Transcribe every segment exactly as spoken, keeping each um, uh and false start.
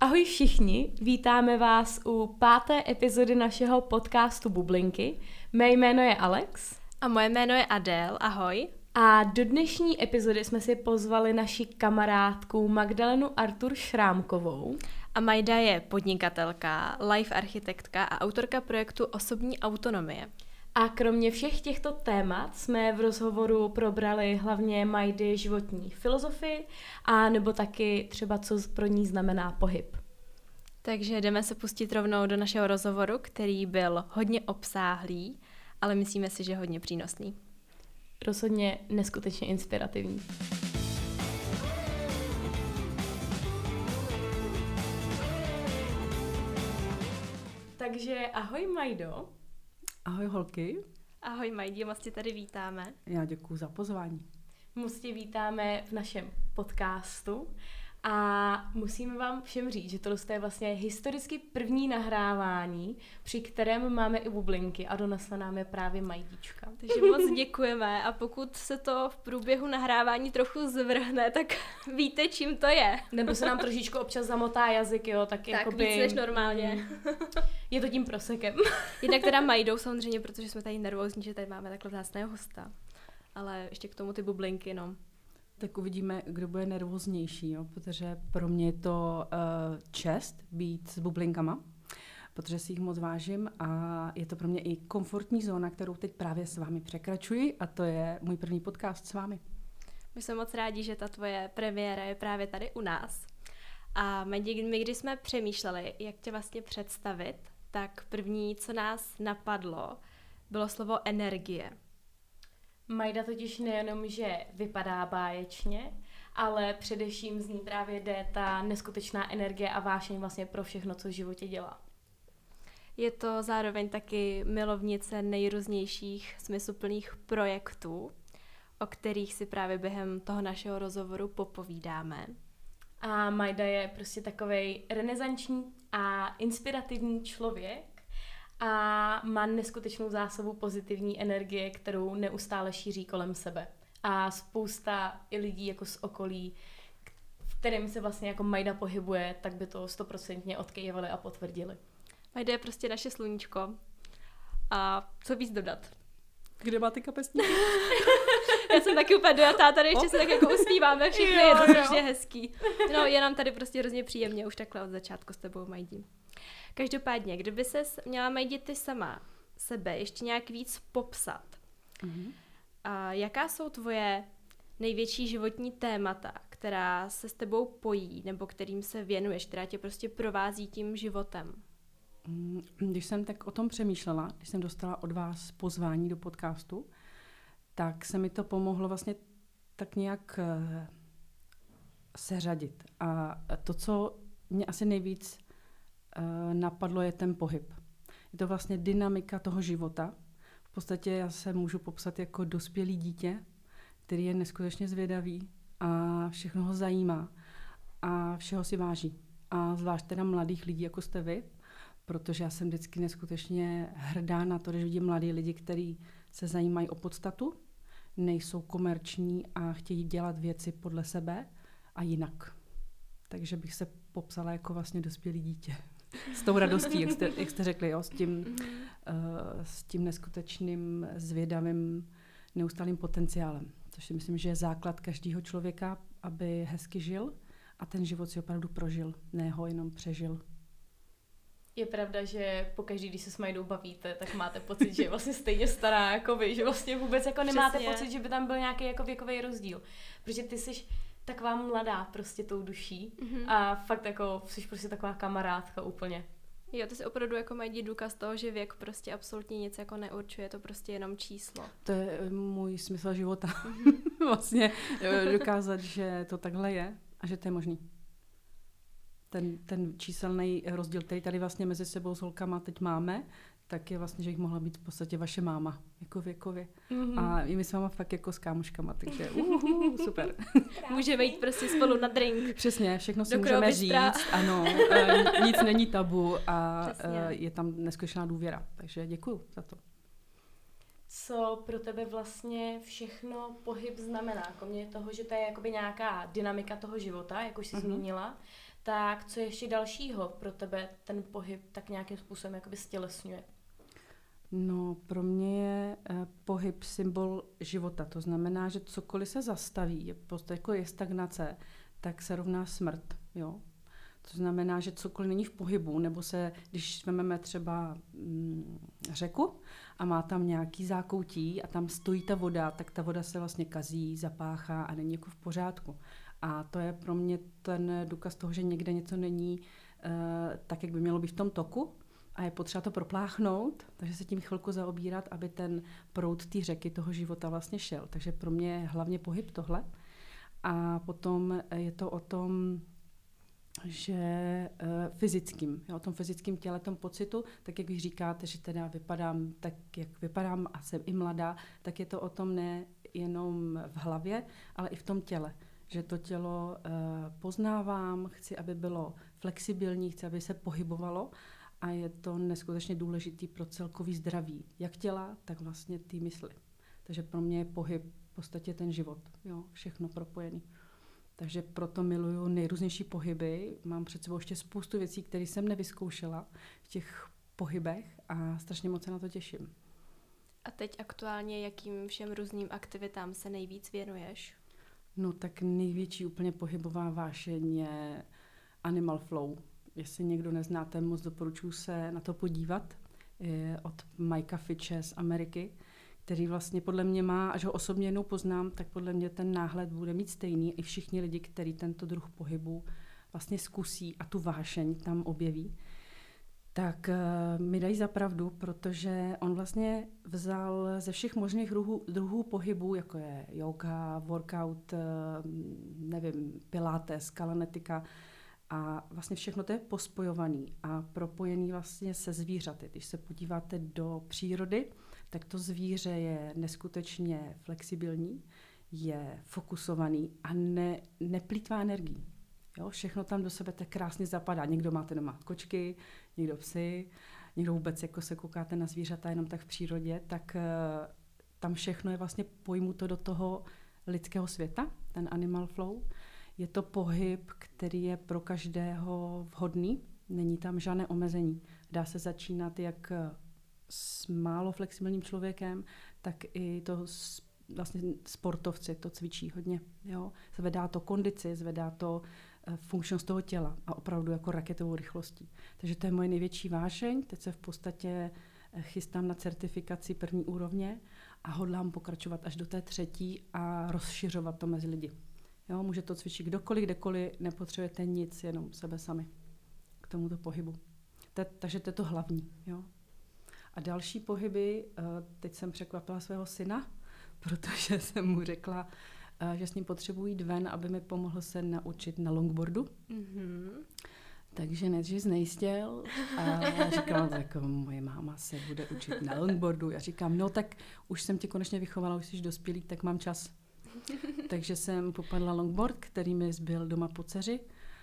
Ahoj všichni, vítáme vás u páté epizody našeho podcastu Bublinky. Mé jméno je Alex. A moje jméno je Adél, ahoj. A do dnešní epizody jsme si pozvali naši kamarádku Magdalenu Artur Šrámkovou. A Majda je podnikatelka, life architektka a autorka projektu Osobní autonomie. A kromě všech těchto témat jsme v rozhovoru probrali hlavně Majdy životní filozofii a nebo taky třeba co pro ní znamená pohyb. Takže jdeme se pustit rovnou do našeho rozhovoru, který byl hodně obsáhlý, ale myslíme si, že hodně přínosný. Rozhodně neskutečně inspirativní. Takže ahoj Majdo. Ahoj holky. Ahoj Majdi, moc tě tady vítáme. Já děkuju za pozvání. Moc tě vítáme v našem podcastu a musíme vám všem říct, že tohle je vlastně historicky první nahrávání, při kterém máme i bublinky a donesla nám je právě Majdička. Takže moc děkujeme a pokud se to v průběhu nahrávání trochu zvrhne, tak víte, čím to je. Nebo se nám trošičku občas zamotá jazyk, jo, tak, tak jakoby... víc než normálně. Je to tím prosekem. Jednak teda Majdou samozřejmě, protože jsme tady nervózní, že tady máme takhle vzácného hosta. Ale ještě k tomu ty bublinky, no. Tak uvidíme, kdo bude nervóznější, jo? Protože pro mě je to uh, čest být s bublinkama, protože si jich moc vážím a je to pro mě i komfortní zóna, kterou teď právě s vámi překračuji a to je můj první podcast s vámi. My jsme moc rádi, že ta tvoje premiéra je právě tady u nás. A my, když jsme přemýšleli, jak tě vlastně představit, tak první, co nás napadlo, bylo slovo energie. Majda totiž nejenom, že vypadá báječně, ale především z ní právě jde ta neskutečná energie a vášeň vlastně pro všechno, co v životě dělá. Je to zároveň taky milovnice nejrůznějších smysluplných projektů, o kterých si právě během toho našeho rozhovoru popovídáme. A Majda je prostě takovej renesanční a inspirativní člověk a má neskutečnou zásobu pozitivní energie, kterou neustále šíří kolem sebe. A spousta i lidí jako z okolí, v kterém se vlastně jako Majda pohybuje, tak by to stoprocentně odkejvali a potvrdili. Majda je prostě naše sluníčko. A co víc dodat? Kde má ty kapesníky? Já jsem taky úplně dojatá, tady ještě se tak jako uspíváme všichni, Jo, je to jo. strašně hezký. No, je nám tady prostě hrozně příjemně, už takhle od začátku s tebou, Majdi. Každopádně, kdyby ses měla, Majdi, ty sama sebe ještě nějak víc popsat, Mm-hmm. a jaká jsou tvoje největší životní témata, která se s tebou pojí, nebo kterým se věnuješ, která tě prostě provází tím životem? Když jsem tak o tom přemýšlela, když jsem dostala od vás pozvání do podcastu, tak se mi to pomohlo vlastně tak nějak uh, seřadit. A to, co mě asi nejvíc uh, napadlo, je ten pohyb. Je to vlastně dynamika toho života. V podstatě já se můžu popsat jako dospělý dítě, který je neskutečně zvědavý a všechno ho zajímá a všeho si váží. A zvlášť teda mladých lidí, jako jste vy, protože já jsem vždycky neskutečně hrdá na to, když vidím mladí lidi, kteří se zajímají o podstatu, nejsou komerční a chtějí dělat věci podle sebe a jinak. Takže bych se popsala jako vlastně dospělý dítě. S tou radostí, jak jste, jak jste řekli, jo, s tím, uh, s tím neskutečným, zvědavým, neustálým potenciálem. Což si myslím, že je základ každého člověka, aby hezky žil a ten život si opravdu prožil, ne ho jenom přežil. Je pravda, že pokaždý, když se s Majdou bavíte, tak máte pocit, že je vlastně stejně stará jako vy, že vlastně vůbec jako nemáte Přesně. pocit, že by tam byl nějaký jako věkový rozdíl. Protože ty jsi taková mladá prostě tou duší Mm-hmm. a fakt jako jsi prostě taková kamarádka úplně. Jo, to si opravdu jako Majdi důkaz toho, že věk prostě absolutně nic jako neurčuje, to prostě jenom číslo. To je můj smysl života. Vlastně dokázat, že to takhle je a že to je možný. Ten, ten číselný rozdíl, který tady vlastně mezi sebou s holkama teď máme, tak je vlastně, že jich mohla být v podstatě vaše máma, jako věkově. Mm-hmm. A i my s váma fakt jako s kámoškama, takže uhu, super. Můžeme jít prostě spolu na drink. Přesně, všechno si Do můžeme Krobystra. říct, ano, e, nic není tabu a Přesně. e, je tam neskutečná důvěra, takže děkuju za to. Co pro tebe vlastně všechno pohyb znamená? Kromě toho, že to je jakoby nějaká dynamika toho života, jak už jsi mm-hmm. zmínila, tak co ještě dalšího pro tebe ten pohyb tak nějakým způsobem jakoby stělesňuje? No, pro mě je eh, pohyb symbol života. To znamená, že cokoliv se zastaví, je prostě jako je stagnace, tak se rovná smrt. Jo? To znamená, že cokoliv není v pohybu, nebo se, když vezmeme třeba mm, řeku a má tam nějaký zákoutí a tam stojí ta voda, tak ta voda se vlastně kazí, zapáchá a není jako v pořádku. A to je pro mě ten důkaz toho, že někde něco není uh, tak, jak by mělo být v tom toku a je potřeba to propláchnout, takže se tím chvilku zaobírat, aby ten proud té řeky toho života vlastně šel. Takže pro mě je hlavně pohyb tohle. A potom je to o tom, že uh, fyzickým, jo, o tom fyzickém těle, tom pocitu, tak jak vy říkáte, že teda vypadám tak, jak vypadám a jsem i mladá, tak je to o tom ne jenom v hlavě, ale i v tom těle. Že to tělo uh, poznávám, chci, aby bylo flexibilní, chci, aby se pohybovalo a je to neskutečně důležitý pro celkový zdraví, jak těla, tak vlastně té mysli. Takže pro mě je pohyb v podstatě ten život, jo, všechno propojený. Takže proto miluju nejrůznější pohyby. Mám před sebou ještě spoustu věcí, které jsem nevyzkoušela v těch pohybech a strašně moc se na to těším. A teď aktuálně jakým všem různým aktivitám se nejvíc věnuješ? No tak největší úplně pohybová vášeň je Animal Flow. Jestli někdo neznáte, moc doporučuji se na to podívat. Je od Mikea Fitche z Ameriky, který vlastně podle mě má, až ho osobně jednou poznám, tak podle mě ten náhled bude mít stejný i všichni lidi, kteří tento druh pohybu vlastně zkusí a tu vášeň tam objeví, tak uh, mi dají za pravdu, protože on vlastně vzal ze všech možných druhů, druhů pohybu, jako je yoga, workout, uh, nevím, pilates, kalanetika, a vlastně všechno to je pospojovaný a propojený vlastně se zvířaty. Když se podíváte do přírody, tak to zvíře je neskutečně flexibilní, je fokusovaný a ne, neplýtvá energií. Jo, všechno tam do sebe tak krásně zapadá. Někdo máte doma kočky, někdo psy, někdo vůbec jako se koukáte na zvířata jenom tak v přírodě, tak uh, tam všechno je vlastně pojmuto do toho lidského světa, ten Animal Flow. Je to pohyb, který je pro každého vhodný, není tam žádné omezení. Dá se začínat jak s málo flexibilním člověkem, tak i to vlastně sportovci to cvičí hodně. Jo? Zvedá to kondici, zvedá to funkčnost toho těla a opravdu jako raketovou rychlostí. Takže to je moje největší vášeň. Teď se v podstatě chystám na certifikaci první úrovně a hodlám pokračovat až do té třetí a rozšiřovat to mezi lidi. Jo, může to cvičit kdokoliv, kdekoliv, nepotřebujete nic, jenom sebe sami k tomuto pohybu. Te, takže to je to hlavní. Jo. A další pohyby, teď jsem překvapila svého syna, protože jsem mu řekla, že s ním potřebuji jít ven, aby mi pomohl se naučit na longboardu. Mm-hmm. Takže nejdřív znejistěl a říkal, jako moje máma se bude učit na longboardu. Já říkám, no tak už jsem ti konečně vychovala, už jsi dospělý, tak mám čas. Takže jsem popadla longboard, který mi zbyl doma po dceři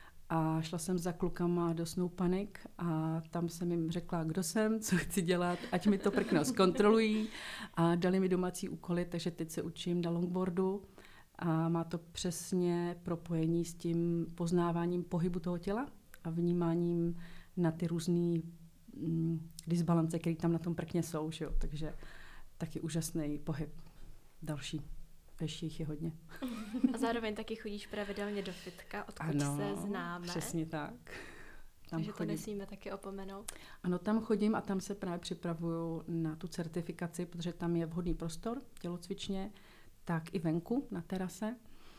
a šla jsem za klukama do Snow Panic a tam jsem jim řekla, kdo jsem, co chci dělat, ať mi to prkno zkontrolují a dali mi domácí úkoly, takže teď se učím na longboardu a má to přesně propojení s tím poznáváním pohybu toho těla a vnímáním na ty různý mm, disbalance, které tam na tom prkně jsou, že jo? Takže taky úžasný pohyb. Další. Ještě jich je hodně. A zároveň taky chodíš pravidelně do fitka, odkud ano, se známe. Přesně tak. Tam Takže chodím. to nesmíme taky opomenout. Ano, tam chodím a tam se právě připravuju na tu certifikaci, protože tam je vhodný prostor tělocvičně, tak i venku na terase.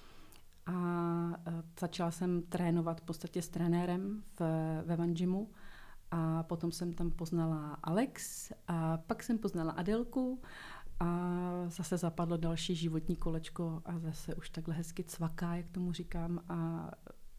A začala jsem trénovat v podstatě s trenérem v, ve Van Gymu a potom jsem tam poznala Alex a pak jsem poznala Adelku a zase zapadlo další životní kolečko a zase už takhle hezky cvaká, jak tomu říkám, a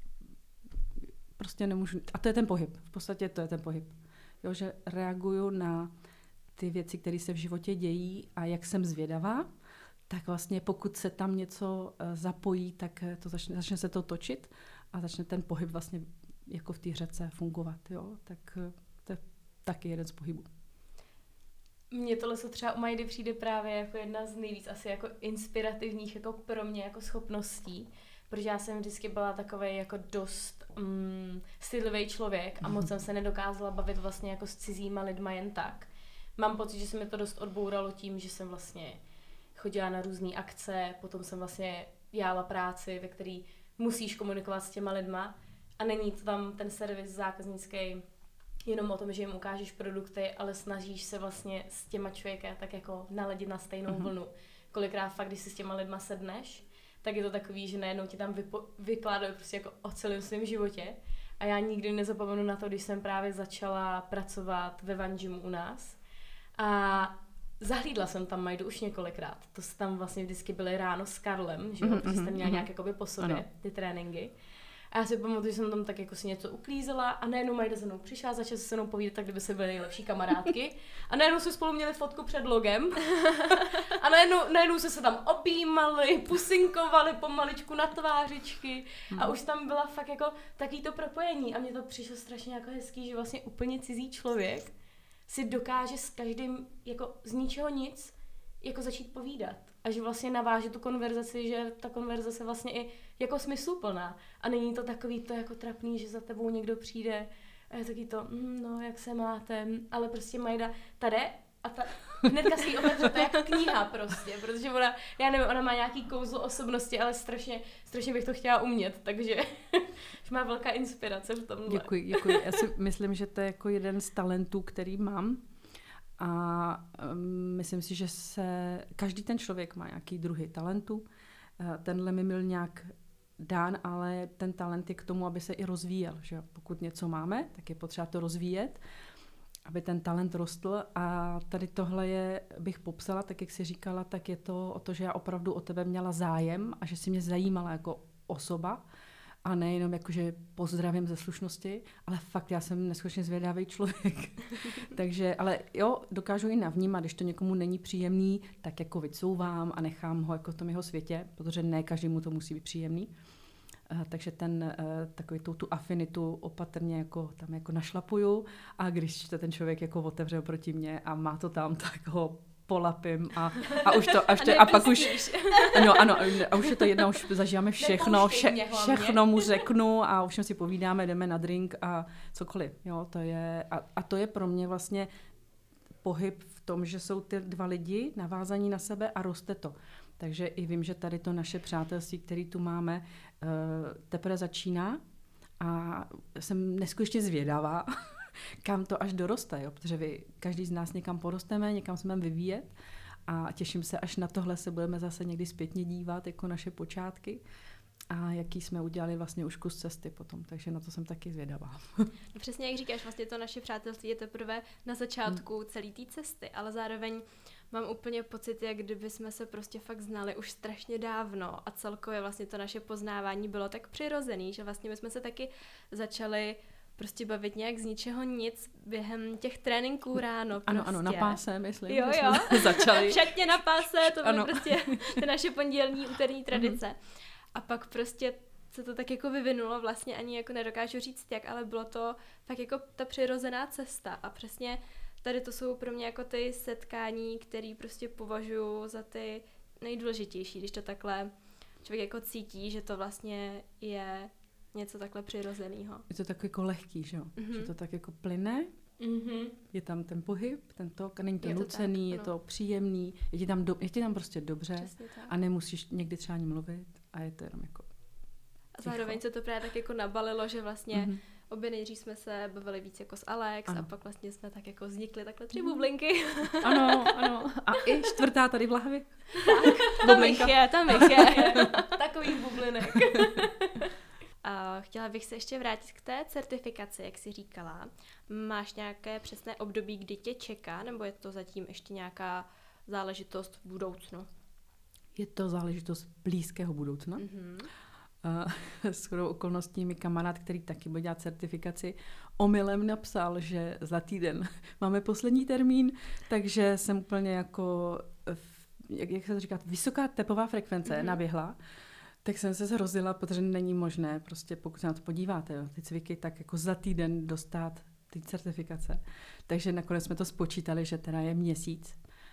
prostě nemůžu, a to je ten pohyb, v podstatě to je ten pohyb, jo, že reaguju na ty věci, které se v životě dějí a jak jsem zvědavá, tak vlastně pokud se tam něco zapojí, tak to začne, začne se to točit a začne ten pohyb vlastně jako v té řece fungovat, jo, tak to je taky jeden z pohybů. Mně tohle se třeba u Majdy přijde právě jako jedna z nejvíc asi jako inspirativních jako pro mě jako schopností, protože já jsem vždycky byla takovej jako dost um, stydlivý člověk a moc jsem se nedokázala bavit vlastně jako s cizíma lidma jen tak. Mám pocit, že se mi to dost odbouralo tím, že jsem vlastně chodila na různé akce, potom jsem vlastně dělala práci, ve který musíš komunikovat s těma lidma a není to tam ten servis zákaznický jenom o tom, že jim ukážeš produkty, ale snažíš se vlastně s těma člověka tak jako naladit na stejnou uh-huh. vlnu. Kolikrát fakt, když si s těma lidma sedneš, tak je to takový, že najednou ti tam vypo- vykládají prostě jako o celém svém životě. A já nikdy nezapomenu na to, když jsem právě začala pracovat ve One Gymu u nás. A zahlídla jsem tam Majdu už několikrát. To se tam vlastně vždycky byly ráno s Karlem, že jo, protože jste měla nějak jakoby po sobě ano. ty tréninky. A já si pamatuju, že jsem tam tak jako si něco uklízela a najednou Majda se mnou přišla, začala se se mnou povídat, tak kdyby se byly nejlepší kamarádky. A najednou jsme spolu měli fotku před logem. A najednou, najednou se se tam objímali, pusinkovali pomaličku na tvářičky. A už tam byla fakt jako takový to propojení. A mně to přišlo strašně jako hezký, že vlastně úplně cizí člověk si dokáže s každým jako z ničeho nic jako začít povídat. A že vlastně naváže tu konverzaci, že ta konverzace vlastně i jako smysluplná. A není to takový to jako trapný, že za tebou někdo přijde a je taky to, mm, no jak se máte, ale prostě Majda tady a ta hnedka si ji otevře, to je jako kniha prostě, protože ona, já nevím, ona má nějaký kouzlo osobnosti, ale strašně, strašně bych to chtěla umět, takže má velká inspirace v tomhle. Děkuji, děkuji. Já si myslím, že to je jako jeden z talentů, který mám. A um, myslím si, že se každý ten člověk má nějaký druhý talentu. Uh, tenhle mi byl nějak dán, ale ten talent je k tomu, aby se i rozvíjel. Že? Pokud něco máme, tak je potřeba to rozvíjet, aby ten talent rostl. A tady tohle je, bych popsala, tak jak jsi říkala, tak je to o to, že já opravdu o tebe měla zájem a že jsi mě zajímala jako osoba. A nejenom jakože pozdravím ze slušnosti, ale fakt já jsem neskutečně zvědavý člověk. Takže, ale jo, dokážu i navnímat, když to někomu není příjemný, tak jako vycouvám a nechám ho jako v tom jeho světě, protože ne každému to musí být příjemný. Uh, takže ten, uh, takový tu, tu afinitu opatrně jako tam jako našlapuju a když to ten člověk jako otevře oproti mě a má to tam, tak ho polapím a, a už to, až to, a pak už, no ano, a už je to jedno, už zažíváme všechno, vše, všechno mu řeknu a už si povídáme, jdeme na drink a cokoliv, jo, to je, a, a to je pro mě vlastně pohyb v tom, že jsou ty dva lidi navázaní na sebe a roste to. Takže i vím, že tady to naše přátelství, které tu máme, teprve začíná a jsem neskutečně zvědavá, kam to až doroste, jo? Protože vy, každý z nás někam porosteme, někam se budeme vyvíjet a těším se, až na tohle se budeme zase někdy zpětně dívat, jako naše počátky a jaký jsme udělali vlastně už kus cesty potom, takže na to jsem taky zvědavá. No přesně jak říkáš, vlastně to naše přátelství je teprve na začátku hmm. celé té cesty, ale zároveň mám úplně pocit, jak kdyby jsme se prostě fakt znali už strašně dávno a celkově vlastně to naše poznávání bylo tak přirozený, že vlastně my jsme se taky začali prostě bavit nějak z ničeho nic během těch tréninků ráno. Prostě. Ano, ano, na páse, myslím. Jo, jo. Začali. V šatně na páse, to bylo prostě ty naše pondělní, úterní tradice. Uh-huh. A pak prostě se to tak jako vyvinulo, vlastně ani jako nedokážu říct jak, ale bylo to fakt jako ta přirozená cesta. A přesně tady to jsou pro mě jako ty setkání, které prostě považuji za ty nejdůležitější, když to takhle člověk jako cítí, že to vlastně je něco takhle přirozenýho. Je to tak jako lehký, že jo? Mm-hmm. Že to tak jako plyne, mm-hmm. je tam ten pohyb, ten tok, není to, je to nucený, tak, je to příjemný, je ti tam, do, je ti tam prostě dobře a nemusíš někdy třeba ani mluvit a je to jenom jako a zároveň se to právě tak jako nabalilo, že vlastně mm-hmm. obě nejdřív jsme se bavili víc jako s Alex ano. a pak vlastně jsme tak jako vznikly takhle tři bublinky. Ano, ano. A i čtvrtá tady v lahvi. Tak, tam jich je, tam jich je. Takový bublinek. A chtěla bych se ještě vrátit k té certifikaci, jak jsi říkala. Máš nějaké přesné období, kdy tě čeká, nebo je to zatím ještě nějaká záležitost v budoucnu? Je to záležitost blízkého budoucna. Mm-hmm. Uh, s chodou okolností mi kamarád, který taky bude dělat certifikaci, omylem napsal, že za týden máme poslední termín, takže jsem úplně jako, jak, jak se to říká, vysoká tepová frekvence mm-hmm. naběhla. Tak jsem se zhrozila, protože není možné, prostě pokud se na to podíváte, jo, ty cviky, tak jako za týden dostat ty certifikace. Takže nakonec jsme to spočítali, že teda je měsíc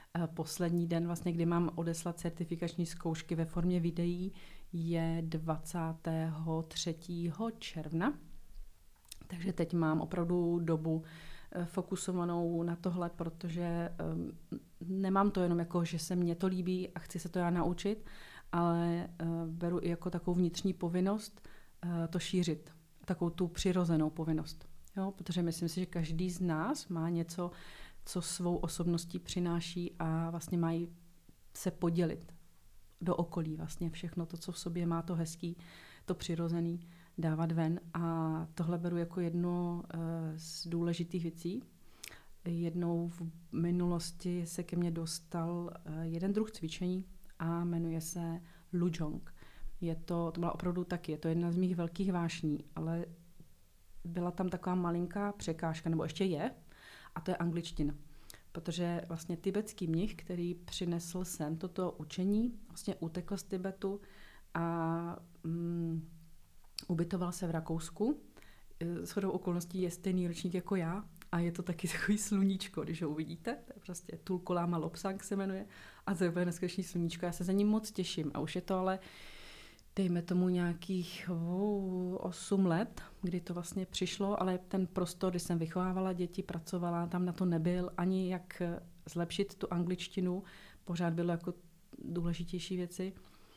Poslední den, vlastně, kdy mám odeslat certifikační zkoušky ve formě videí, je dvacátého třetího června. Takže teď mám opravdu dobu fokusovanou na tohle, protože um, nemám to jenom jako, že se mně to líbí a chci se to já naučit, ale uh, beru i jako takovou vnitřní povinnost uh, to šířit. Takovou tu přirozenou povinnost. Jo? Protože myslím si, že každý z nás má něco, co svou osobností přináší a vlastně mají se podělit do okolí. Vlastně všechno to, co v sobě má to hezký, to přirozený, dávat ven. A tohle beru jako jedno z důležitých věcí. Jednou v minulosti se ke mně dostal jeden druh cvičení a jmenuje se Lujong. Je to, to byla opravdu taky, je to jedna z mých velkých vášní, ale byla tam taková malinká překážka, nebo ještě je, a to je angličtina. Protože vlastně tibetský mnich, který přinesl sem toto učení, vlastně utekl z Tibetu a mm, ubytoval se v Rakousku. Shodou okolností je stejný ročník jako já a je to taky takový sluníčko, když ho uvidíte. To je prostě Tulko Lama Lobsang se jmenuje a to je úplně neskutečný sluníčko. Já se za ním moc těším a už je to ale dejme tomu nějakých oh, osm let, kdy to vlastně přišlo, ale ten prostor, kdy jsem vychovávala děti, pracovala, tam na to nebyl ani jak zlepšit tu angličtinu, pořád bylo jako důležitější věci.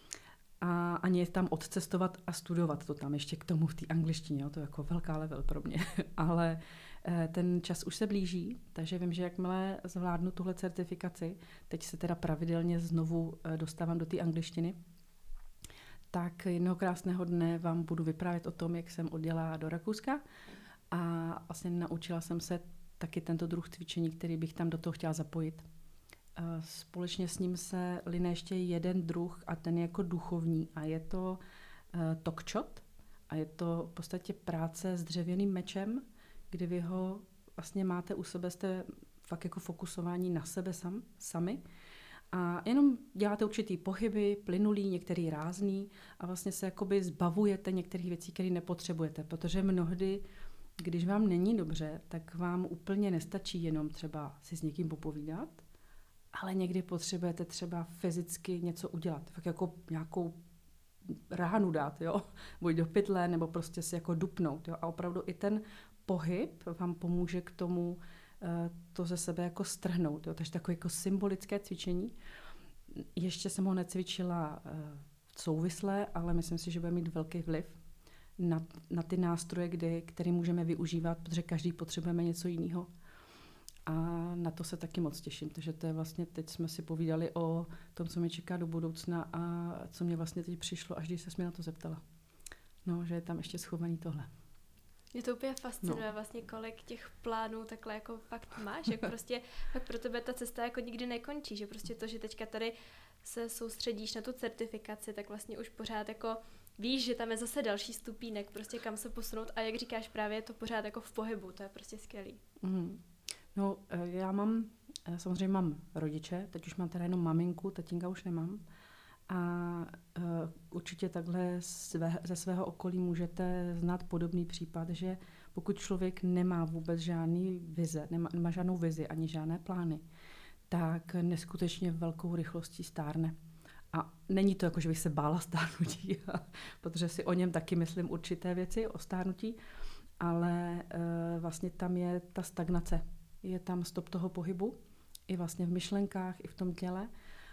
A ani je tam odcestovat a studovat to tam ještě k tomu v té angličtině, jo, to je jako velká level pro mě. Ale ten čas už se blíží, takže vím, že jakmile zvládnu tuhle certifikaci, teď se teda pravidelně znovu dostávám do té angličtiny, tak jednoho krásného dne vám budu vyprávět o tom, jak jsem odjela do Rakouska a vlastně naučila jsem se taky tento druh cvičení, který bych tam do toho chtěla zapojit. Společně s ním se line ještě jeden druh a ten je jako duchovní a je to uh, tokčot a je to v podstatě práce s dřevěným mečem, kdy vy ho vlastně máte u sebe, jste fakt jako fokusování na sebe sam, sami a jenom děláte určitý pohyby, plynulý, některý rázný a vlastně se jakoby zbavujete některých věcí, které nepotřebujete, protože mnohdy, když vám není dobře, tak vám úplně nestačí jenom třeba si s někým popovídat, ale někdy potřebujete třeba fyzicky něco udělat, fakt jako nějakou ránu dát, jo, buď do pytle, nebo prostě si jako dupnout, jo, a opravdu i ten pohyb vám pomůže k tomu to ze sebe jako strhnout, jo, takže takové jako symbolické cvičení. Ještě jsem ho necvičila souvisle, ale myslím si, že bude mít velký vliv na, na ty nástroje, kdy, které můžeme využívat, protože každý potřebujeme něco jiného. A na to se taky moc těším, takže to je vlastně, teď jsme si povídali o tom, co mě čeká do budoucna a co mě vlastně teď přišlo, až když se mě na to zeptala. No, že je tam ještě schovaný tohle. Mě to úplně fascinuje no. vlastně, kolik těch plánů takhle jako fakt máš, jak prostě fakt pro tebe ta cesta jako nikdy nekončí, že prostě to, že teďka tady se soustředíš na tu certifikaci, tak vlastně už pořád jako víš, že tam je zase další stupínek, prostě kam se posunout a jak říkáš, právě je to pořád jako v pohybu, to je prostě skvělý. Mm. No, já mám, samozřejmě mám rodiče, teď už mám teda jenom maminku, tatínka už nemám. A uh, určitě takhle své, ze svého okolí můžete znát podobný případ, že pokud člověk nemá vůbec žádný vize, nemá, nemá žádnou vizi ani žádné plány, tak neskutečně velkou rychlostí stárne. A není to jako, že bych se bála stárnutí, protože si o něm taky myslím určité věci, o stárnutí, ale uh, vlastně tam je ta stagnace. Je tam stop toho pohybu, i vlastně v myšlenkách, i v tom těle.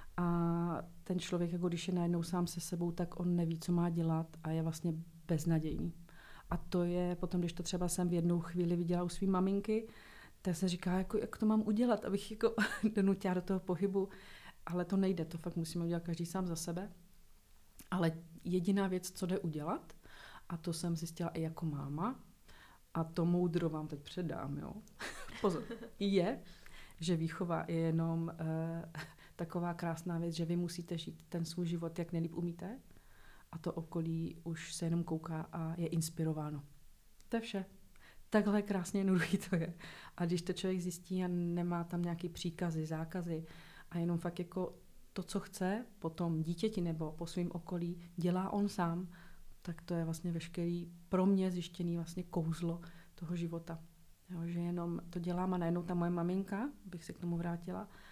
A ten člověk, jako když je najednou sám se sebou, tak on neví, co má dělat a je vlastně beznadějný. A to je potom, když to třeba jsem v jednou chvíli viděla u svý maminky, tak se říká, jako, jak to mám udělat, abych jako donutila do toho pohybu. Ale to nejde, to fakt musíme udělat každý sám za sebe. Ale jediná věc, co jde udělat, a to jsem zjistila i jako máma, a to moudro vám teď předám, jo. Pozor, je, že výchova je jenom uh, taková krásná věc, že vy musíte žít ten svůj život, jak nejlíp umíte, a to okolí už se jenom kouká a je inspirováno. To je vše. Takhle krásně jednoduchý to je. A když to člověk zjistí a nemá tam nějaký příkazy, zákazy a jenom fakt jako to, co chce po tom dítěti nebo po svém okolí, dělá on sám, tak to je vlastně veškerý pro mě zjištěný vlastně kouzlo toho života. Jo, že jenom to dělám a najednou ta moje maminka, bych se k tomu vrátila,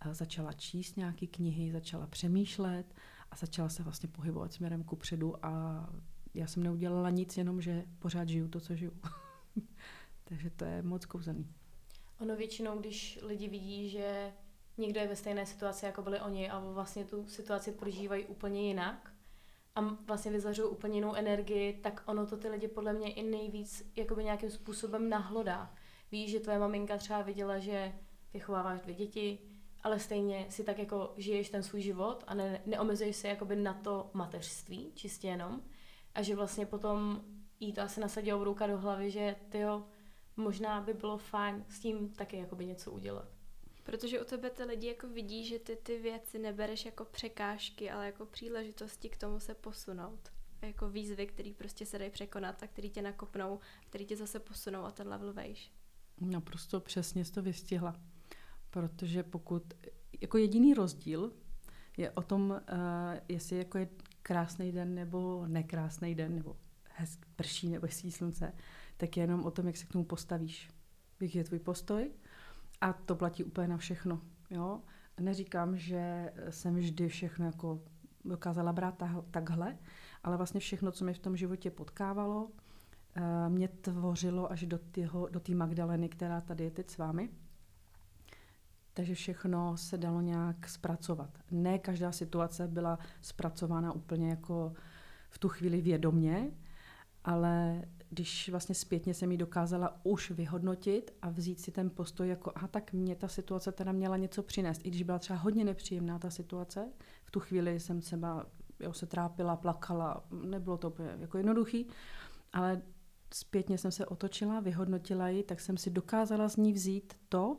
začala číst nějaké knihy, začala přemýšlet a začala se vlastně pohybovat směrem kupředu a já jsem neudělala nic, jenom že pořád žiju to, co žiju. Takže to je moc kouzelný. Ono většinou, když lidi vidí, že někdo je ve stejné situaci, jako byli oni a vlastně tu situaci prožívají úplně jinak a vlastně vyzařují úplně jinou energii, tak ono to ty lidi podle mě i nejvíc jakoby nějakým způsobem nahlodá. Víš, že tvoje maminka třeba viděla, že vychováváš dvě děti, ale stejně si tak jako žiješ ten svůj život a ne, neomezuješ se jakoby na to mateřství, čistě jenom. A že vlastně potom jí to asi nasadilo brouka do hlavy, že tyjo, možná by bylo fajn s tím taky jakoby něco udělat. Protože u tebe ty lidi jako vidí, že ty ty věci nebereš jako překážky, ale jako příležitosti k tomu se posunout. A jako výzvy, které prostě se dají překonat a které tě nakopnou, které tě zase posunou a ten level vejš. Naprosto přesně jsi to vystihla. Protože pokud, jako jediný rozdíl je o tom, uh, jestli jako je krásný den nebo nekrásný den, nebo hezk, prší nebo svítí slunce, tak je jenom o tom, jak se k tomu postavíš. Jak je tvůj postoj a to platí úplně na všechno. Jo? Neříkám, že jsem vždy všechno jako dokázala brát takhle, ale vlastně všechno, co mi v tom životě potkávalo, uh, mě tvořilo až do té do té Magdaleny, která tady je teď s vámi. Takže všechno se dalo nějak zpracovat. Ne každá situace byla zpracována úplně jako v tu chvíli vědomě, ale když vlastně zpětně jsem ji dokázala už vyhodnotit a vzít si ten postoj jako, aha, tak mě ta situace teda měla něco přinést. I když byla třeba hodně nepříjemná ta situace, v tu chvíli jsem třeba jo, se trápila, plakala, nebylo to úplně jako jednoduchý, ale zpětně jsem se otočila, vyhodnotila ji, tak jsem si dokázala z ní vzít to,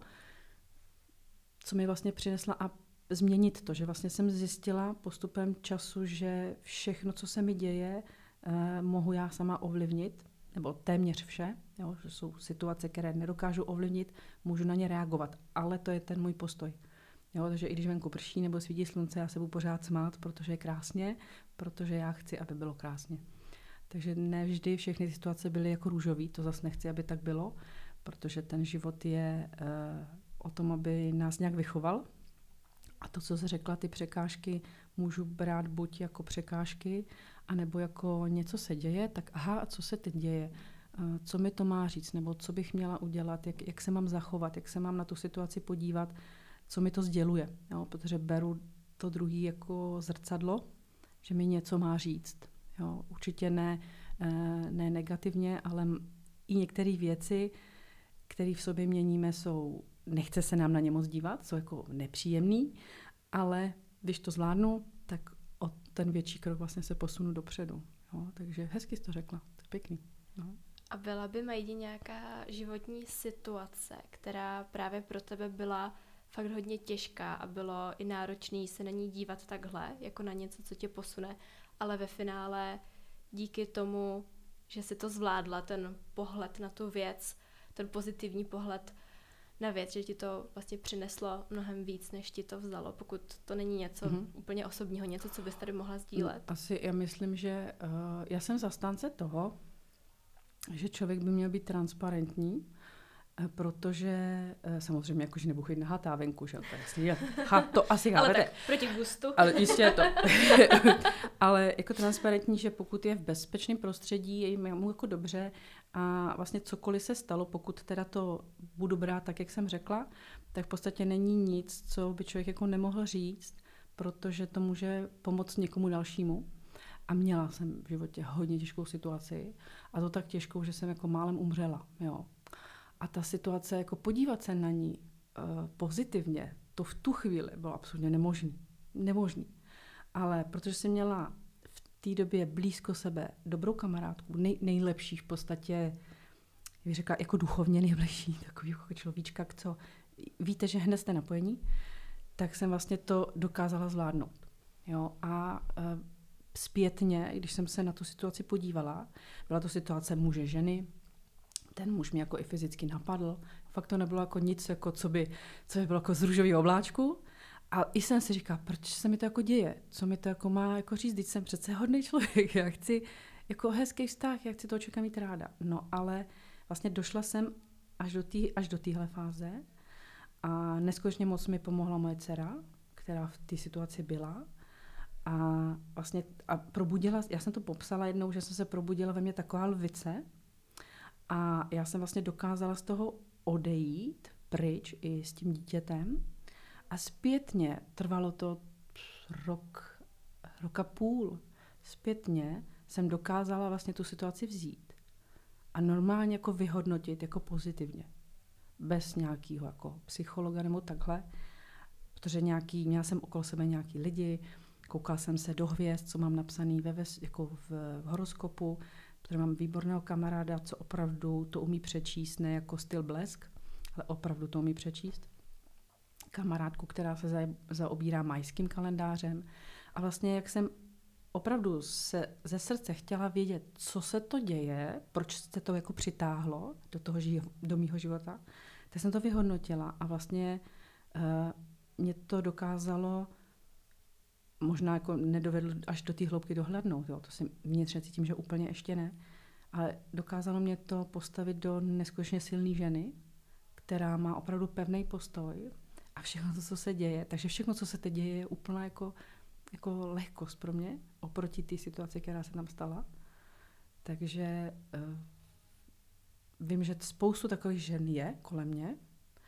co mi vlastně přinesla a změnit to, že vlastně jsem zjistila postupem času, že všechno, co se mi děje, eh, mohu já sama ovlivnit, nebo téměř vše, jo, že jsou situace, které nedokážu ovlivnit, můžu na ně reagovat, ale to je ten můj postoj. Jo, takže i když venku prší nebo svítí slunce, já se budu pořád smát, protože je krásně, protože já chci, aby bylo krásně. Takže ne vždy všechny situace byly jako růžový, to zase nechci, aby tak bylo, protože ten život je eh, o tom, aby nás nějak vychoval. A to, co jsi řekla, ty překážky můžu brát buď jako překážky, anebo jako něco se děje, tak aha, a co se teď děje? Co mi to má říct? Nebo co bych měla udělat? Jak, jak se mám zachovat? Jak se mám na tu situaci podívat? Co mi to sděluje? Jo, protože beru to druhý jako zrcadlo, že mi něco má říct. Jo, určitě ne, ne negativně, ale i některé věci, které v sobě měníme, jsou nechce se nám na ně moc dívat, jsou jako nepříjemný, ale když to zvládnu, tak o ten větší krok vlastně se posunu dopředu. Jo? Takže hezky jsi to řekla, to je pěkný. No. A byla by, Majdi, nějaká životní situace, která právě pro tebe byla fakt hodně těžká a bylo i náročný se na ní dívat takhle, jako na něco, co tě posune, ale ve finále díky tomu, že si to zvládla, ten pohled na tu věc, ten pozitivní pohled na věc, že ti to vlastně přineslo mnohem víc, než ti to vzalo, pokud to není něco mm-hmm. úplně osobního, něco, co bys tady mohla sdílet. Asi já myslím, že uh, já jsem zastánce toho, že člověk by měl být transparentní, uh, protože uh, samozřejmě jakože nebudu chodit nahatá venku, že to je jasný. Ha, to asi chápete. Ale tak proti gustu. Ale jistě je to. Ale jako transparentní, že pokud je v bezpečném prostředí, je mu jako dobře a vlastně cokoliv se stalo, pokud teda to budu brát tak, jak jsem řekla, tak v podstatě není nic, co by člověk jako nemohl říct, protože to může pomoct někomu dalšímu. A měla jsem v životě hodně těžkou situaci a to tak těžkou, že jsem jako málem umřela. Jo. A ta situace, jako podívat se na ní uh, pozitivně, to v tu chvíli bylo absolutně nemožný. Nemožný. Ale protože jsem měla v té době blízko sebe dobrou kamarádku, nej, nejlepší v podstatě, bych řekla, jako duchovně nejlepší, takový jako človíčka, co víte, že hned jste napojení, tak jsem vlastně to dokázala zvládnout. Jo? A uh, zpětně, když jsem se na tu situaci podívala, byla to situace muže, ženy, ten muž mě jako i fyzicky napadl. Fakt to nebylo jako nic, jako co, by, co by bylo jako z růžového obláčku. A i jsem si říkala, proč se mi to jako děje? Co mi to jako má jako říct? Teď jsem přece hodný člověk. Já chci jako hezký vztah, já chci toho člověka mít ráda. No ale vlastně došla jsem až do té až do téhle fáze A neskutečně moc mi pomohla moje dcera, která v té situaci byla. A vlastně a probudila, já jsem to popsala jednou, že jsem se probudila ve mně taková lvice a já jsem vlastně dokázala z toho odejít pryč i s tím dítětem a zpětně trvalo to rok, rok a půl. Zpětně jsem dokázala vlastně tu situaci vzít a normálně jako vyhodnotit jako pozitivně. Bez nějakého jako psychologa nebo takhle, protože nějaký, měla jsem okolo sebe nějaký lidi, koukala jsem se do hvězd, co mám napsaný ve ves, jako v, v horoskopu, protože mám výborného kamaráda, co opravdu to umí přečíst, ne jako styl blesk, ale opravdu to umí přečíst. Kamarádku, která se za, zaobírá majským kalendářem. A vlastně jak jsem opravdu se ze srdce chtěla vědět, co se to děje, proč se to jako přitáhlo do toho ži- do mýho života, tak jsem to vyhodnotila a vlastně uh, mě to dokázalo, možná jako nedovedl až do té hloubky dohlednout, jo, to si vnitřně cítím, že úplně ještě ne, ale dokázalo mě to postavit do neskutečně silné ženy, která má opravdu pevný postoj a všechno to, co se děje, takže všechno, co se teď děje, je úplná jako jako lehkost pro mě oproti té situaci, která se tam stala. Takže uh, vím, že spoustu takových žen je kolem mě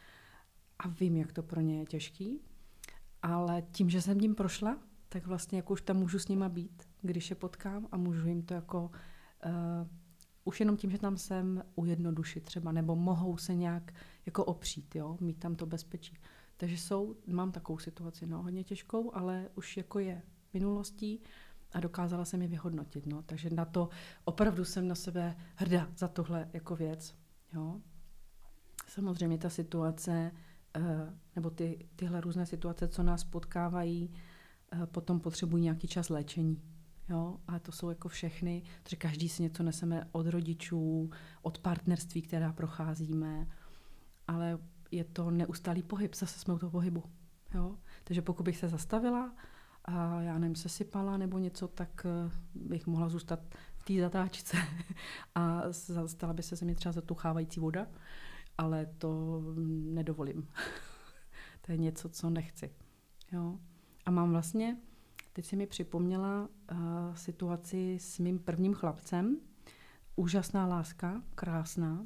a vím, jak to pro ně je těžký, ale tím, že jsem tím prošla, tak vlastně jako už tam můžu s nima být, když je potkám a můžu jim to jako uh, už jenom tím, že tam jsem ujednodušit třeba, nebo mohou se nějak jako opřít, jo, mít tam to bezpečí. Takže jsou, mám takovou situaci, no, hodně těžkou, ale už jako je minulostí a dokázala jsem ji vyhodnotit, no. Takže na to opravdu jsem na sebe hrdá za tohle jako věc, jo. Samozřejmě ta situace, nebo ty, tyhle různé situace, co nás potkávají, potom potřebují nějaký čas léčení, jo. A to jsou jako všechny, protože každý si něco neseme od rodičů, od partnerství, která procházíme, ale je to neustálý pohyb, zase jsme u toho pohybu. Jo? Takže pokud bych se zastavila a já nevím, se sypala nebo něco, tak bych mohla zůstat v té zatáčce a stala by se ze mě třeba zatuchávající voda, ale to nedovolím. To je něco, co nechci. Jo? A mám vlastně, teď si mi připomněla uh, situaci s mým prvním chlapcem, úžasná láska, krásná.